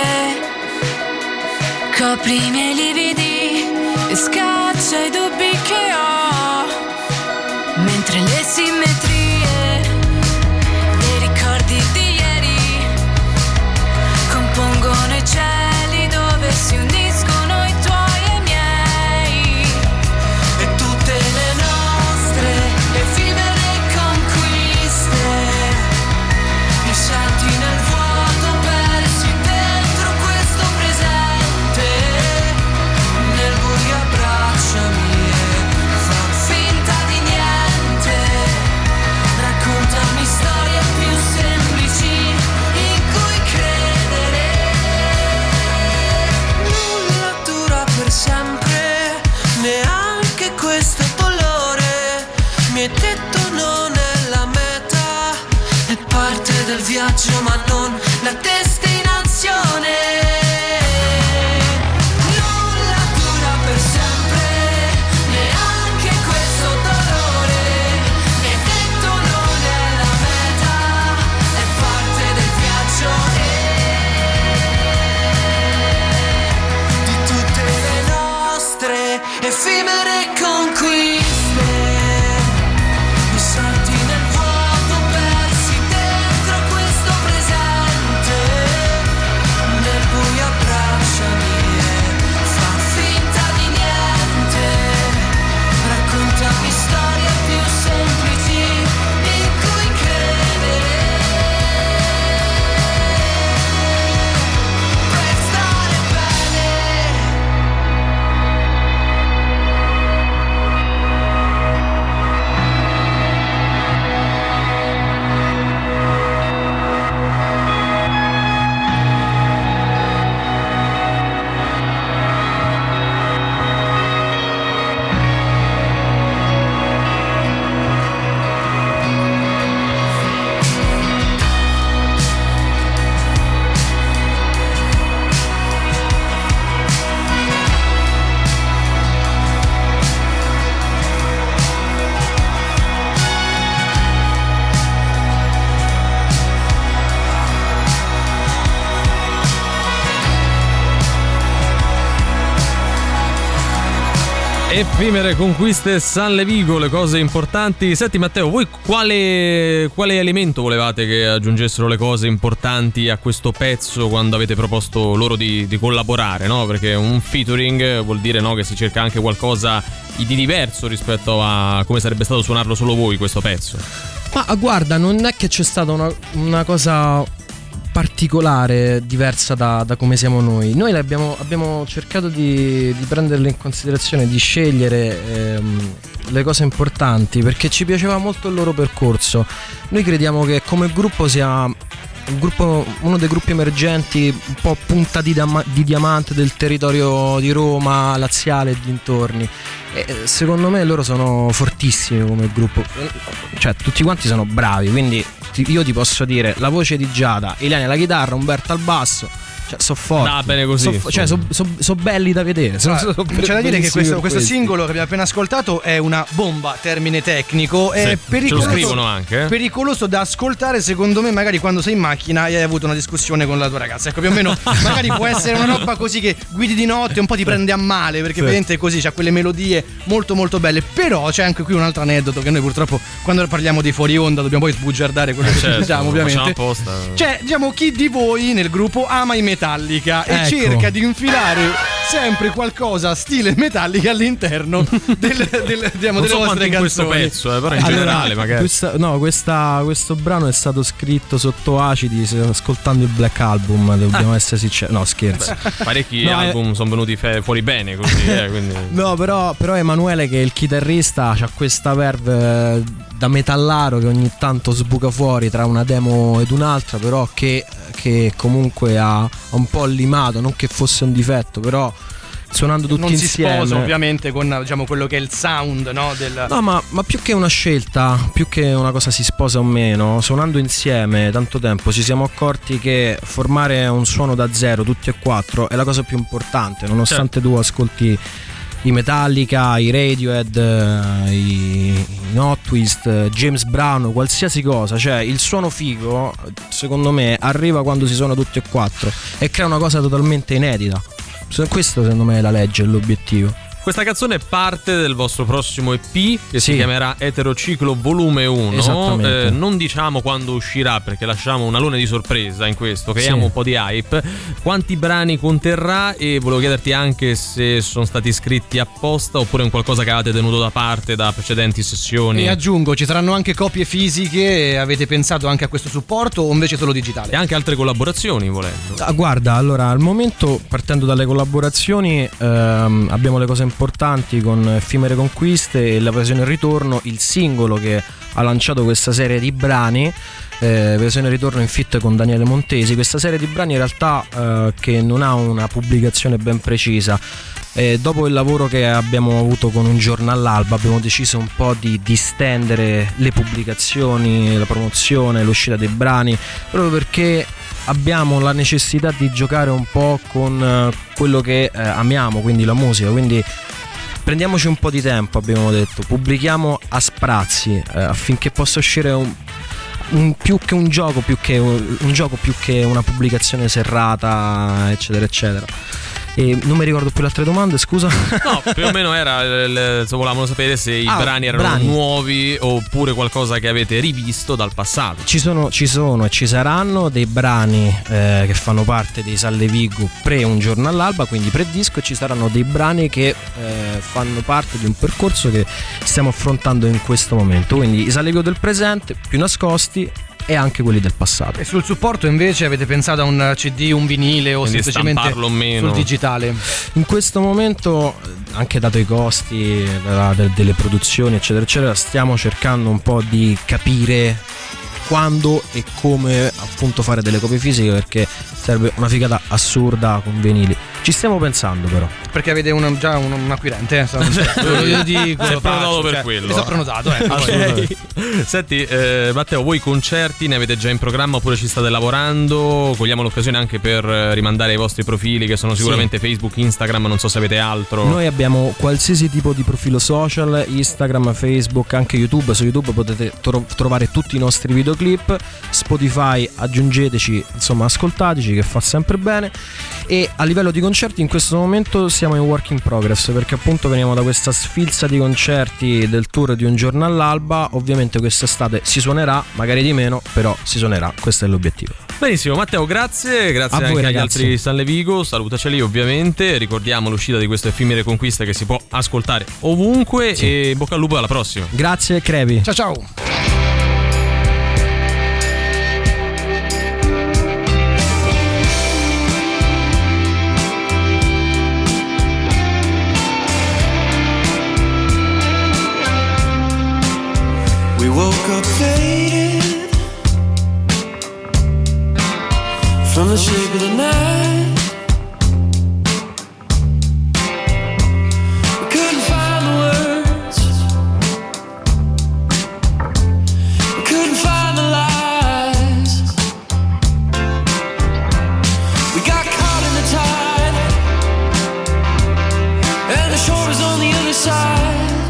copri i miei lividi e scaccia i dubbi che ho, mentre le simmetrie dei ricordi di ieri compongono i cieli dove si uniscono i tuoi e i miei, e tutte le nostre effimere conquiste, i salti nel vuoto persi dentro questo presente, nel buio abbracciami e fa finta di niente, raccontami storie più semplici in cui credere, nulla dura per sempre, neanche questo dolore, mi hai detto non è la meta, è parte del viaggio ma non la destinazione. Nulla dura per sempre, neanche questo dolore, mi hai detto non è la meta, è parte del viaggio di tutte le nostre effimere conquiste, i salti nel vuoto persi dentro questo presente, Effimere conquiste San Levigo, le cose importanti. Senti Matteo, voi quale elemento volevate che aggiungessero le cose importanti a questo pezzo quando avete proposto loro di collaborare, no? Perché un featuring vuol dire, no, che si cerca anche qualcosa di diverso rispetto a come sarebbe stato suonarlo solo voi questo pezzo. Ma guarda, non è che c'è stata una cosa particolare, diversa da come siamo noi. Noi abbiamo cercato di prenderle in considerazione, di scegliere le cose importanti, perché ci piaceva molto il loro percorso. Noi crediamo che come gruppo sia uno dei gruppi emergenti, un po' punta di diamante del territorio di Roma, laziale e dintorni. E secondo me loro sono fortissimi come gruppo, cioè tutti quanti sono bravi, quindi io ti posso dire la voce di Giada, Eliane alla chitarra, Umberto al basso, cioè so forti. Va bene così. So belli da vedere. C'è da dire che questo singolo che abbiamo appena ascoltato è una bomba, termine tecnico. È pericoloso, ce lo scrivono anche. Pericoloso da ascoltare, secondo me, magari quando sei in macchina e hai avuto una discussione con la tua ragazza. Ecco, più o meno, magari può essere una roba così che guidi di notte e un po' ti prende a male, perché ovviamente è così, c'ha quelle melodie molto molto belle. Però c'è anche qui un altro aneddoto che noi purtroppo quando parliamo di fuori onda dobbiamo poi sbugiardare quello che diciamo, ovviamente. Cioè, diciamo, chi di voi nel gruppo ama i Metallica e cerca di infilare sempre qualcosa stile Metallica all'interno delle vostre canzoni. Questo pezzo, però in generale magari. Questo brano è stato scritto sotto acidi, ascoltando il Black Album, dobbiamo essere sinceri. No, scherzo. Parecchi album sono venuti fuori bene così, quindi. No, però Emanuele, che è il chitarrista, c'ha questa verve da metallaro che ogni tanto sbuca fuori tra una demo ed un'altra, però che comunque ha un po' limato, non che fosse un difetto, però suonando tutti insieme non si sposa ovviamente con, diciamo, quello che è il sound, no? No, ma più che una scelta, più che una cosa si sposa o meno, suonando insieme tanto tempo ci siamo accorti che formare un suono da zero tutti e quattro è la cosa più importante, nonostante tu ascolti i Metallica, i Radiohead, i Hot Twist, James Brown, qualsiasi cosa. Cioè il suono figo, secondo me, arriva quando si suona tutti e quattro e crea una cosa totalmente inedita. Questo secondo me è la legge, è l'obiettivo. Questa canzone è parte del vostro prossimo EP che si chiamerà Eterociclo Volume 1. Esattamente. Non diciamo quando uscirà perché lasciamo un alone di sorpresa in questo, creiamo un po' di hype. Quanti brani conterrà? E volevo chiederti anche se sono stati scritti apposta oppure un qualcosa che avete tenuto da parte da precedenti sessioni. E aggiungo, ci saranno anche copie fisiche? Avete pensato anche a questo supporto o invece solo digitale? E anche altre collaborazioni volendo. Guarda, allora al momento, partendo dalle collaborazioni, abbiamo le cose importanti con Effimere Conquiste e la versione ritorno, il singolo che ha lanciato questa serie di brani, versione ritorno in feat con Daniele Montesi. Questa serie di brani in realtà che non ha una pubblicazione ben precisa. Dopo il lavoro che abbiamo avuto con Un giorno all'alba abbiamo deciso un po' di distendere le pubblicazioni, la promozione, l'uscita dei brani, proprio perché abbiamo la necessità di giocare un po' con quello che amiamo, quindi la musica. Quindi prendiamoci un po' di tempo, abbiamo detto, pubblichiamo a sprazzi affinché possa uscire più che un gioco, più che una pubblicazione serrata, eccetera eccetera. E non mi ricordo più le altre domande, scusa. No, più o meno era volevamo sapere se i brani erano nuovi oppure qualcosa che avete rivisto dal passato. Ci sono e ci saranno dei brani che fanno parte dei San Levigo pre Un giorno all'alba, quindi pre-disco, e ci saranno dei brani che fanno parte di un percorso che stiamo affrontando in questo momento. Quindi i San Levigo del presente, più nascosti, e anche quelli del passato. E sul supporto invece avete pensato a un CD, un vinile o quindi semplicemente o meno sul digitale? In questo momento, anche dato i costi delle produzioni eccetera eccetera, stiamo cercando un po' di capire quando e come appunto fare delle copie fisiche, perché serve una figata assurda con vinili. Ci stiamo pensando però. Perché avete già un acquirente, io dico, si è prenotato per quello. Mi sono prenotato, Senti, Matteo, voi concerti ne avete già in programma oppure ci state lavorando? Cogliamo l'occasione anche per rimandare ai vostri profili che sono sicuramente Facebook, Instagram, non so se avete altro. Noi abbiamo qualsiasi tipo di profilo social, Instagram, Facebook, anche YouTube. Su YouTube potete trovare tutti i nostri videoclip. Spotify, aggiungeteci, insomma ascoltateci, che fa sempre bene. E a livello di concerti concerti in questo momento siamo in work in progress, perché appunto veniamo da questa sfilza di concerti del tour di Un giorno all'alba. Ovviamente quest'estate si suonerà, magari di meno, però si suonerà, questo è l'obiettivo. Benissimo, Matteo, grazie A anche voi, agli ragazzi. altri San Levigo, salutaceli ovviamente, ricordiamo l'uscita di queste effimere conquiste che si può ascoltare ovunque, e bocca al lupo, alla prossima. Grazie, Crepi. Ciao ciao. We woke up faded from the shape of the night. We couldn't find the words, we couldn't find the lies. We got caught in the tide, and the shore is on the other side.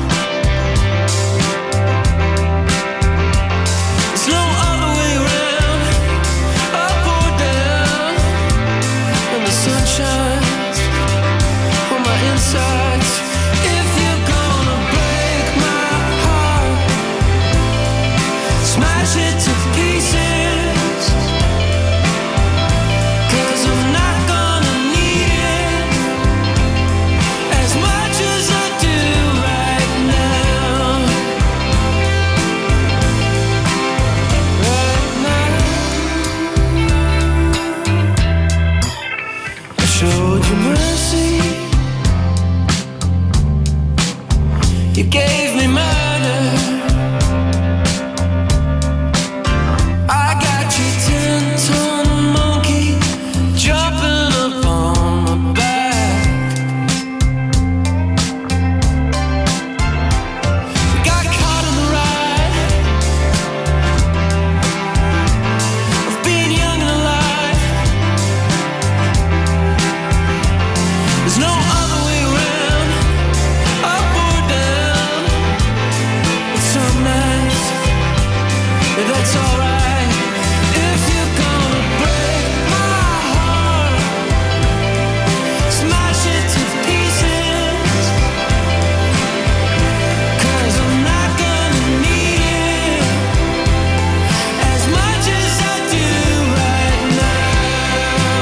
You gave me murder. I got you 10-ton monkey jumping up on my back. We got caught in the ride of being young and alive. There's no other way around, up or down. Some nights, that's alright. If you're gonna break my heart, smash it to pieces, 'cause I'm not gonna need it as much as I do right now.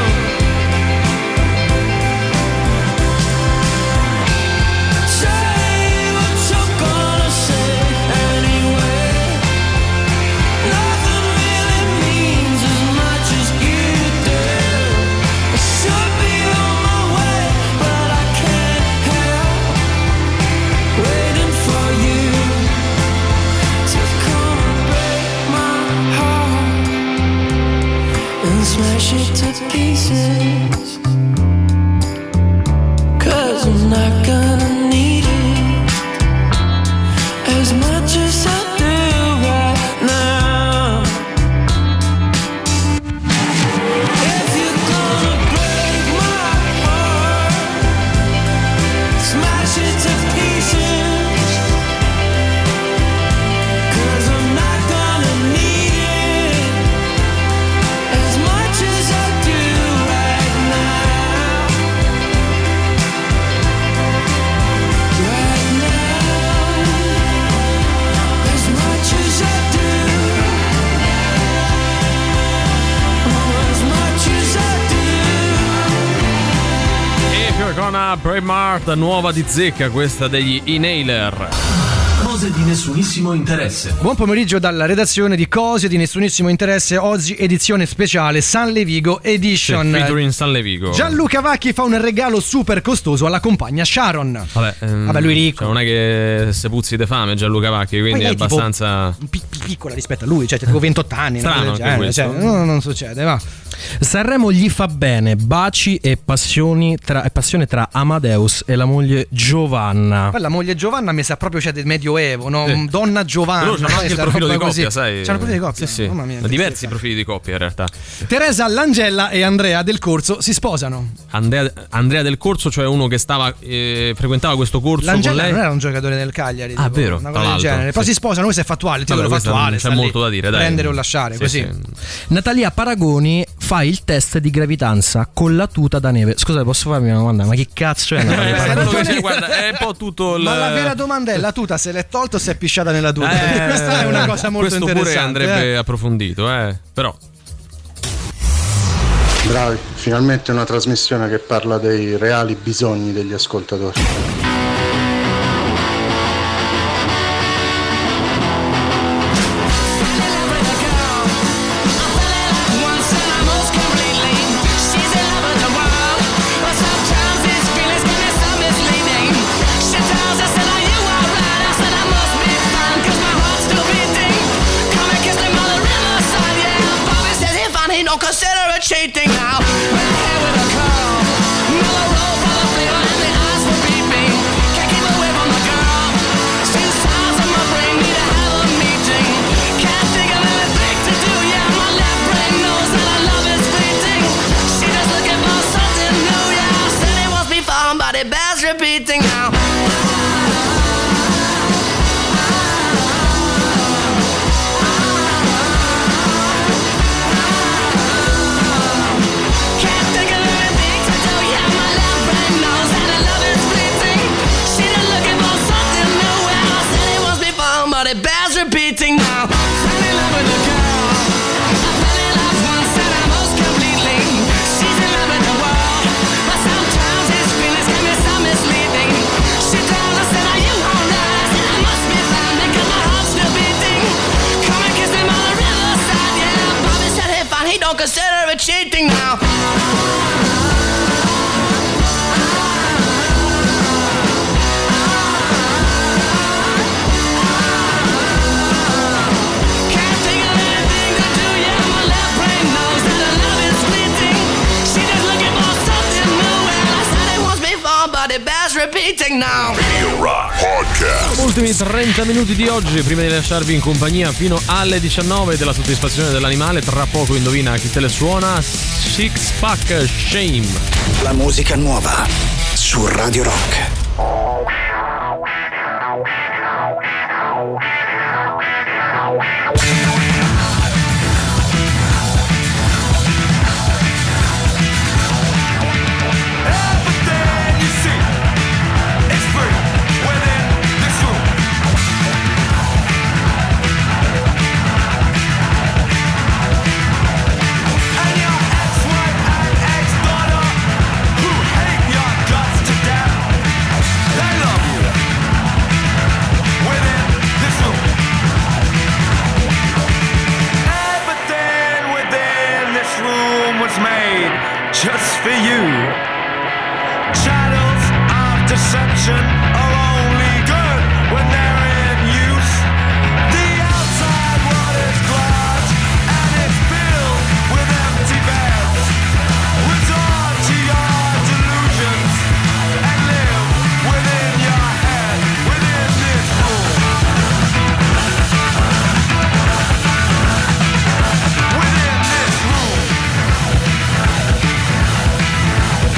Say what you're gonna say anyway. Nothing really means as much as you do. I should be on my way, but I can't help waiting for you to come and break my heart and smash it to pieces. 'Cause I'm not gonna need it as much as I do right now. If you're gonna break my heart, smash it to pieces. 'Cause I'm not gonna need it as much as I do right now. Right now, as much as I do, as much as I do. If You're Gonna Break My Heart, nuova di zecca, questa degli Inhaler. Cose di nessunissimo interesse. Buon pomeriggio dalla redazione di Cose di nessunissimo interesse. Oggi edizione speciale San Levigo Edition. Featuring San Levigo. Gianluca Vacchi fa un regalo super costoso alla compagna Sharon. Vabbè, lui ricco. Cioè non è che se puzzi de fame Gianluca Vacchi, quindi è abbastanza piccola rispetto a lui, cioè tipo 28 anni. Strano anche questo. Non succede, va. Sanremo gli fa bene, baci e passione tra Amadeus e la moglie Giovanna. Poi la moglie Giovanna mi sa proprio, cioè, del medioevo, no? Donna Giovanna. Loro hanno anche il profilo di coppia, sai? C'hanno il profilo di coppia? Sì. Mamma mia, diversi profili di coppia in realtà. Teresa Langella e Andrea Del Corso si sposano. Andrea Del Corso, cioè uno che frequentava questo corso Langella con lei. Non era un giocatore del Cagliari. Ah, vero? Una cosa del genere. Poi si sposano, questo è fattuale, il titolo fattuale. C'è molto da dire, dai. Prendere o lasciare, così. Sì. Natalia Paragoni fa il test di gravidanza con la tuta da neve. Scusate, posso farmi una domanda? Ma che cazzo è Natalia Paragoni? Guarda, è un po' tutto Ma la vera domanda è: la tuta se l'è tolta o se è pisciata nella tuta? Questa è una cosa molto interessante. Questo pure andrebbe approfondito, però. Bravi, finalmente una trasmissione che parla dei reali bisogni degli ascoltatori. Don't consider it cheating now. Red hair with a curl, mellow roll for the flavor and the eyes for beeping. Can't keep away from the girl. Seen signs in my brain, need to have a meeting. Can't think of anything to do, yeah. My left brain knows that our love is fleeting. She just looking for something new, yeah. Said it wants me found, but it bears repeating now. But it bears repeating now. Fell in love with a girl. I fell in love once and I most completely. She's in love with the world, but sometimes his feelings can be so misleading. She tells us that you won't last, and I must be found because my heart's still beating. Come and kiss me on the riverside, yeah. Bobby said hey fine, he don't consider it cheating now. Radio Rock Podcast. Ultimi 30 minuti di oggi, prima di lasciarvi in compagnia fino alle 19 della soddisfazione dell'animale. Tra poco indovina chi te le suona. Six Pack Shame. La musica nuova su Radio Rock. Just for you. Channels of deception are only good when they're in use. The outside world is glass and it's filled with empty beds. Resort to your delusions and live within your head, within this room. Within this room.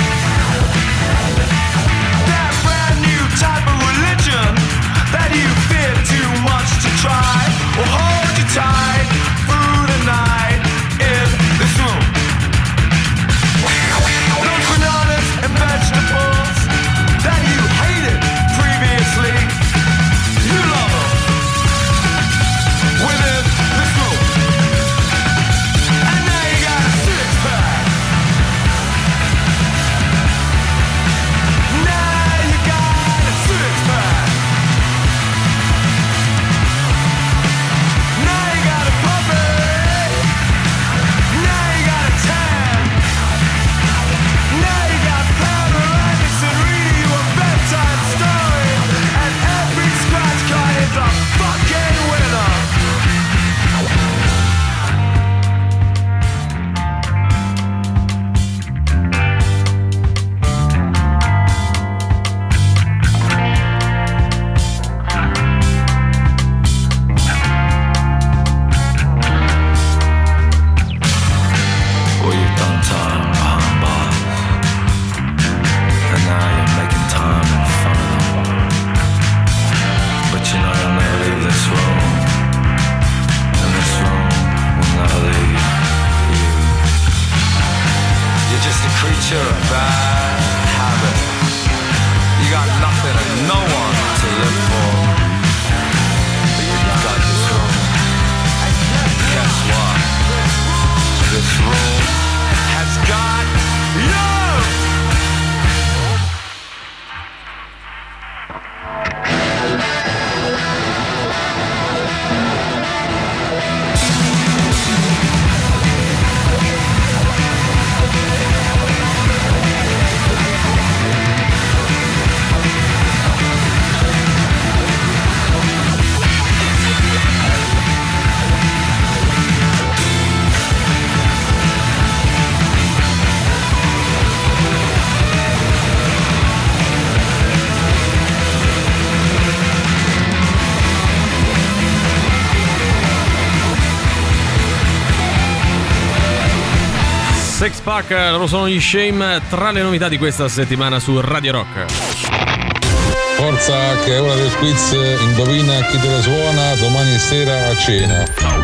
Six Pack, loro sono gli Shame, tra le novità di questa settimana su Radio Rock. Forza che è ora del quiz, indovina chi te lo suona domani sera a cena.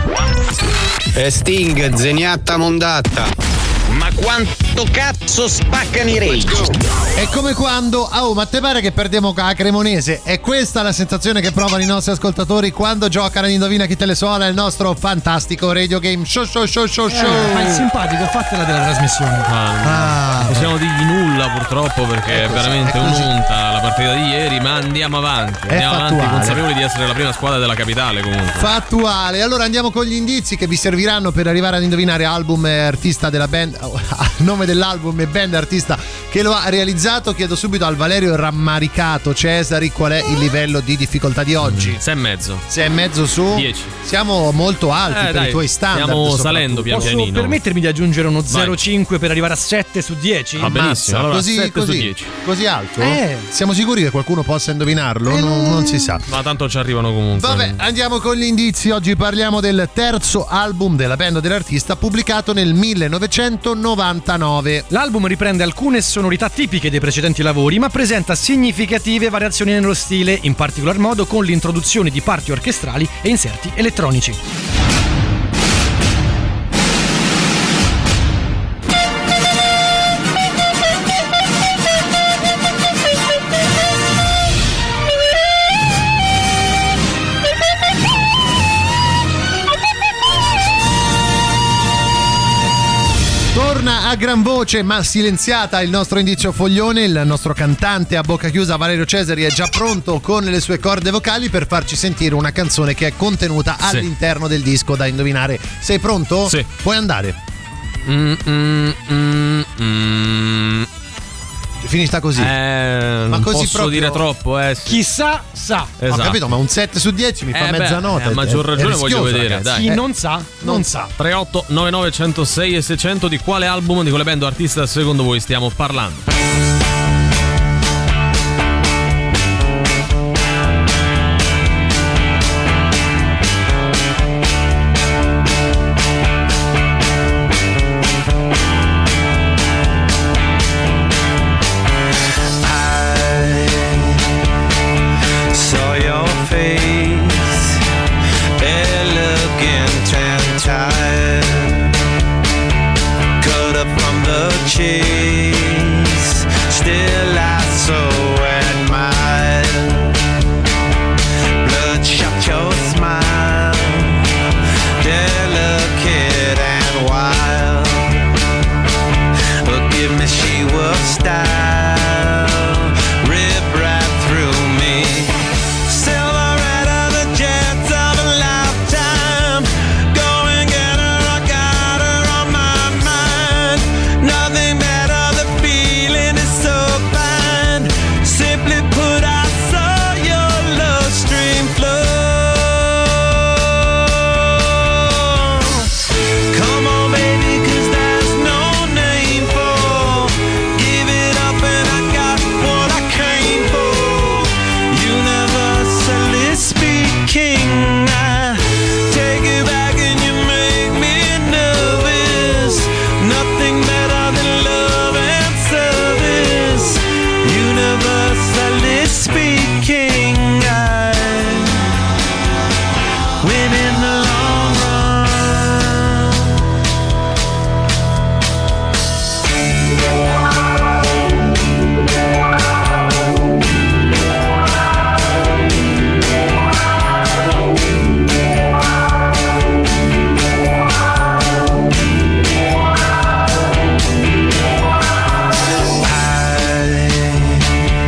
Sting, Zeniatta Mondatta. Ma quanto cazzo spaccano i Rage? È come quando, ma te pare che perdiamo a Cremonese? È questa la sensazione che provano i nostri ascoltatori quando giocano ad Indovina chi te le suona, il nostro fantastico radio game show. Ma è simpatico, fatela della trasmissione. Non possiamo dirgli nulla purtroppo perché è veramente un'unta la partita di ieri, ma andiamo avanti. Andiamo avanti consapevoli di essere la prima squadra della capitale comunque. Fattuale. Allora andiamo con gli indizi che vi serviranno per arrivare ad indovinare album e artista della band, nome dell'album e band artista che lo ha realizzato. Chiedo subito al Valerio rammaricato Cesari qual è il livello di difficoltà di oggi. 6,5. 6,5 su 10. Siamo molto alti per i tuoi standard. Stiamo salendo pian pianino. Posso permettermi di aggiungere uno 0,5 per arrivare a 7 su 10? Va benissimo, allora 7 su 10. Così alto? Siamo sicuri che qualcuno possa indovinarlo? Non si sa. Ma tanto ci arrivano comunque. Vabbè, andiamo con gli indizi. Oggi parliamo del terzo album della band dell'artista pubblicato nel 1999. L'album riprende alcune sonorità tipiche dei precedenti lavori, ma presenta significative variazioni nello stile, in particolar modo con l'introduzione di parti orchestrali e inserti elettronici. Torna a gran voce ma silenziata il nostro indizio foglione. Il nostro cantante a bocca chiusa Valerio Cesari è già pronto con le sue corde vocali per farci sentire una canzone che è contenuta all'interno del disco da indovinare. Sei pronto? Sì. Puoi andare. Finita così. Ma così posso proprio dire troppo, sì. Chissà sa. Esatto. Ho capito, ma un 7 su 10 mi fa mezzanotte. A maggior ragione voglio vedere, ragazzi. dai. Chi non sa, non sa. 38 99 106 e 600, di quale album, di quale band o artista secondo voi stiamo parlando?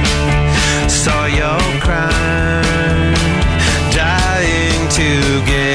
to get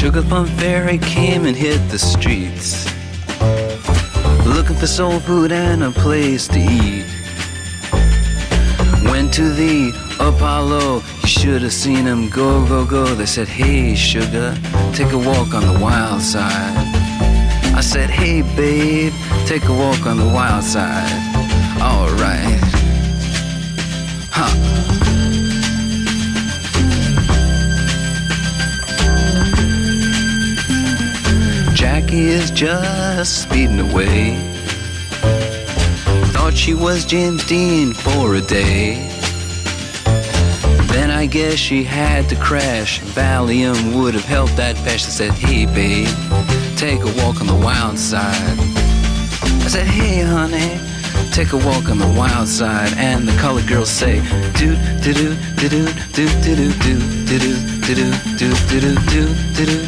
Sugar Plum Fairy came and hit the streets, looking for soul food and a place to eat. Went to the Apollo, you should have seen him go, go, go. They said, hey sugar, take a walk on the wild side. I said, hey babe, take a walk on the wild side. Alright. Huh. Jackie is just speeding away. Thought she was James Dean for a day. Then I guess she had to crash. Valium would have helped that patch. I said, hey babe, take a walk on the wild side. I said, hey honey, take a walk on the wild side. And the colored girls say, do do do do do do do do do do do do do do do do.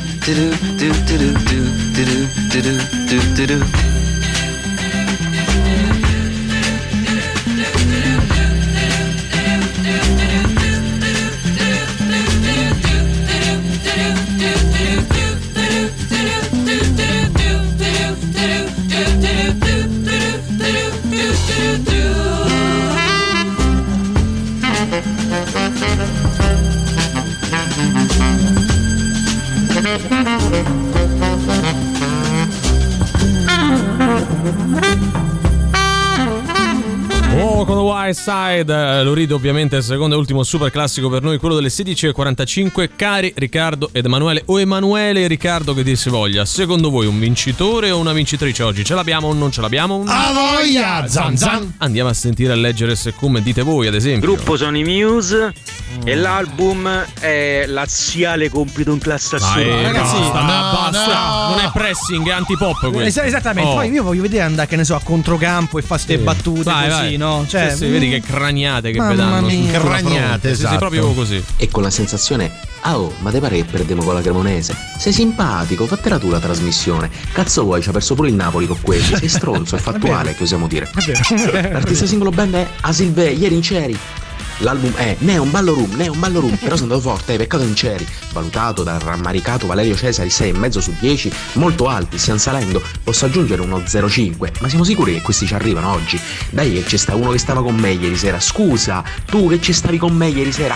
Oh, con The Wild Side, lo rido ovviamente, il secondo e ultimo super classico per noi, quello delle 16:45. Cari Riccardo ed Emanuele, o Emanuele e Riccardo, che dir si voglia, secondo voi un vincitore o una vincitrice oggi? Ce l'abbiamo o non ce l'abbiamo? A voglia! Zan zan! Andiamo a sentire e leggere se come dite voi, ad esempio. Il gruppo sono i Muse e l'album è laziale compito in classe assoluta. Ragazzi, basta. Non è pressing, è antipop questo. Esattamente. Poi io voglio vedere andare, che ne so, a controcampo e fa ste battute così, no? Cioè, sì, vedi che craniate che Mamma pedano. mia. Craniate, esatto. Sì, proprio così. E con la sensazione, ma te pare che perdiamo con la Cremonese? Sei simpatico, fatela tu la trasmissione. Cazzo vuoi, ci ha perso pure il Napoli con quelli. Sei stronzo, è fattuale, che osiamo dire. L'artista singolo band è Asilve, ieri in Ceri. L'album è Neon Ballorum, però sono andato forte, peccato in Ceri. Valutato dal rammaricato Valerio Cesari 6,5 su 10, molto alti, stiamo salendo. Posso aggiungere uno 0,5, ma siamo sicuri che questi ci arrivano oggi? Dai che c'è sta uno che stava con me ieri sera. Scusa, tu che ci stavi con me ieri sera.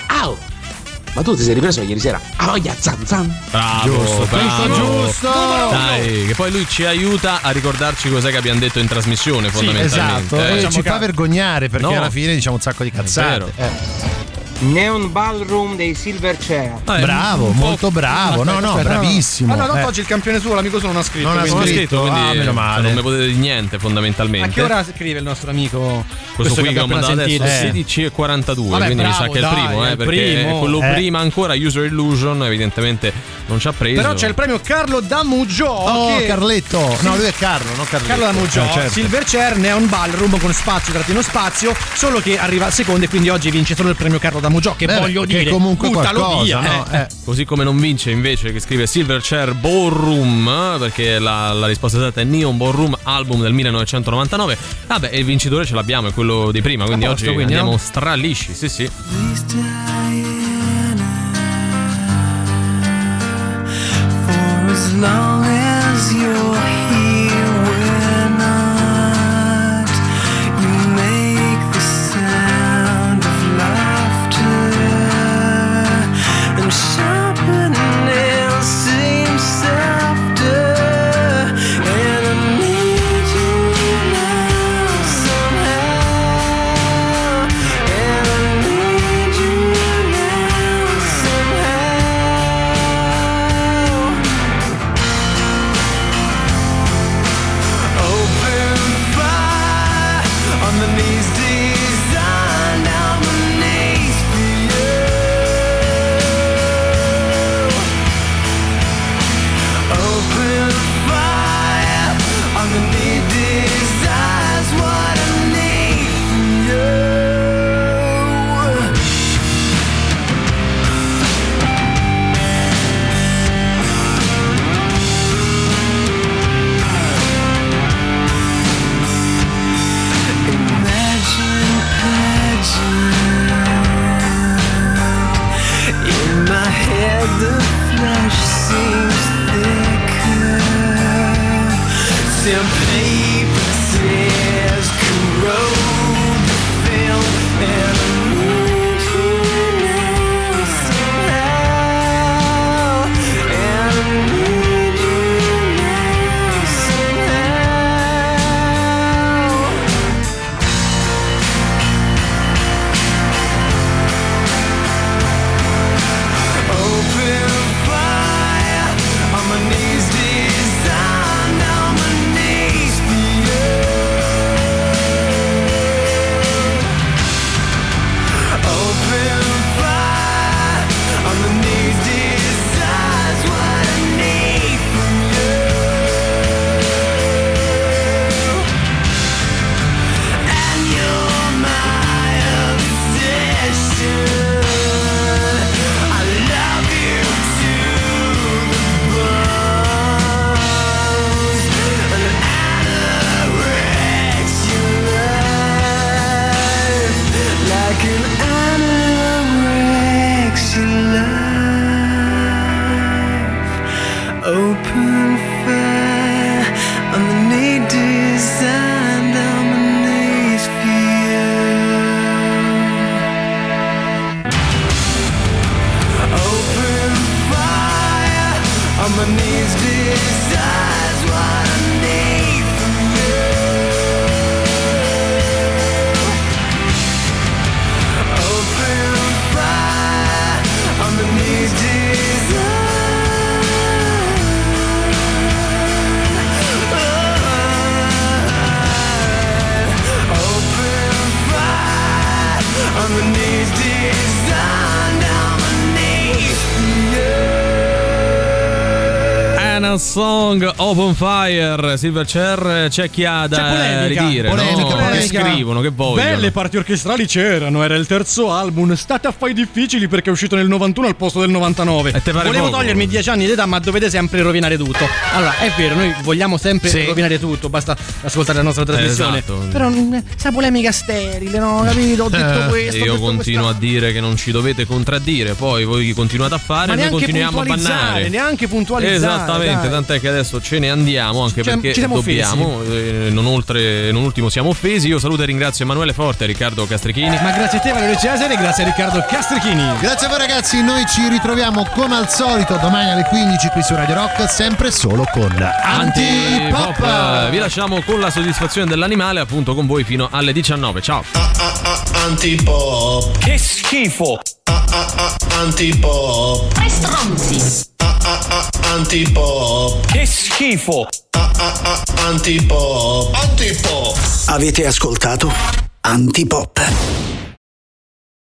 Ma tu ti sei ripreso ieri sera? Voglia, zan zan. Bravo, giusto. Dai, che poi lui ci aiuta a ricordarci cos'è che abbiamo detto in trasmissione, fondamentalmente. Esatto, Diciamo ci fa vergognare perché alla fine diciamo un sacco di cazzate. Neon Ballroom dei Silverchair. Bravo, molto bravo. Bravissimo. No, oggi il campione suo, l'amico suo non ha scritto. Non ha scritto, quindi meno male. non mi potete dire niente, fondamentalmente. A che ora scrive il nostro amico? Questo qui che ho mandato adesso, 16:42. Quindi mi sa che è il primo, perché quello prima ancora, User Illusion, evidentemente non ci ha preso. Però c'è il premio Carlo Damugio. Carletto. No, lui è Carlo, non Carletto. Carlo Damugio, certo. Silverchair, Neon Ballroom con spazio trattino spazio, solo che arriva secondo e quindi oggi vince solo il premio Carlo Damugio, che voglio dire, che comunque buttalo qualcosa, via. no? Così come non vince invece che scrive Silverchair Ballroom, perché la risposta esatta è Neon Ballroom, album del 1999. Vabbè, e il vincitore ce l'abbiamo, è quello di prima, quindi oggi andiamo stralisci, sì. As long as you're here, we're not. You make the sound of laughter, and sharper nails seem softer. And I need you now somehow. And I need you now somehow. decides what I need from you. Open fire on the new design. Open fire on the new design. Down my knees for you. Anna Song, Open Fire, Silverchair, c'è chi ha da ridire, polemica. Scrivono che vogliono. Belle parti orchestrali c'erano, era il terzo album, state affari difficili perché è uscito nel 91 al posto del 99. Volevo poco? togliermi 10 anni d'età, ma dovete sempre rovinare tutto. Allora, è vero, noi vogliamo sempre rovinare tutto, basta ascoltare la nostra trasmissione. Esatto. Però sta polemica sterile, no? Capito? Ho detto questo. Io continuo a dire che non ci dovete contraddire, poi voi continuate a fare e noi continuiamo a bannare. Neanche puntualizzare. Esattamente, tant'è che adesso ce ne andiamo, anche perché dobbiamo, non ultimo siamo offesi. Io saluto e ringrazio Emanuele Forte e Riccardo Castrichini. Ma grazie a te Valerio Cesare, grazie a Riccardo Castrichini. Grazie a voi ragazzi, noi ci ritroviamo come al solito domani alle 15 qui su Radio Rock, sempre solo con Antipop. Vi lasciamo con la soddisfazione dell'animale, appunto con voi fino alle 19. Ciao. Antipop. Che schifo. Antipop. Tre stronzi. Antipop. Che schifo. Antipop. Antipop. Avete ascoltato Antipop.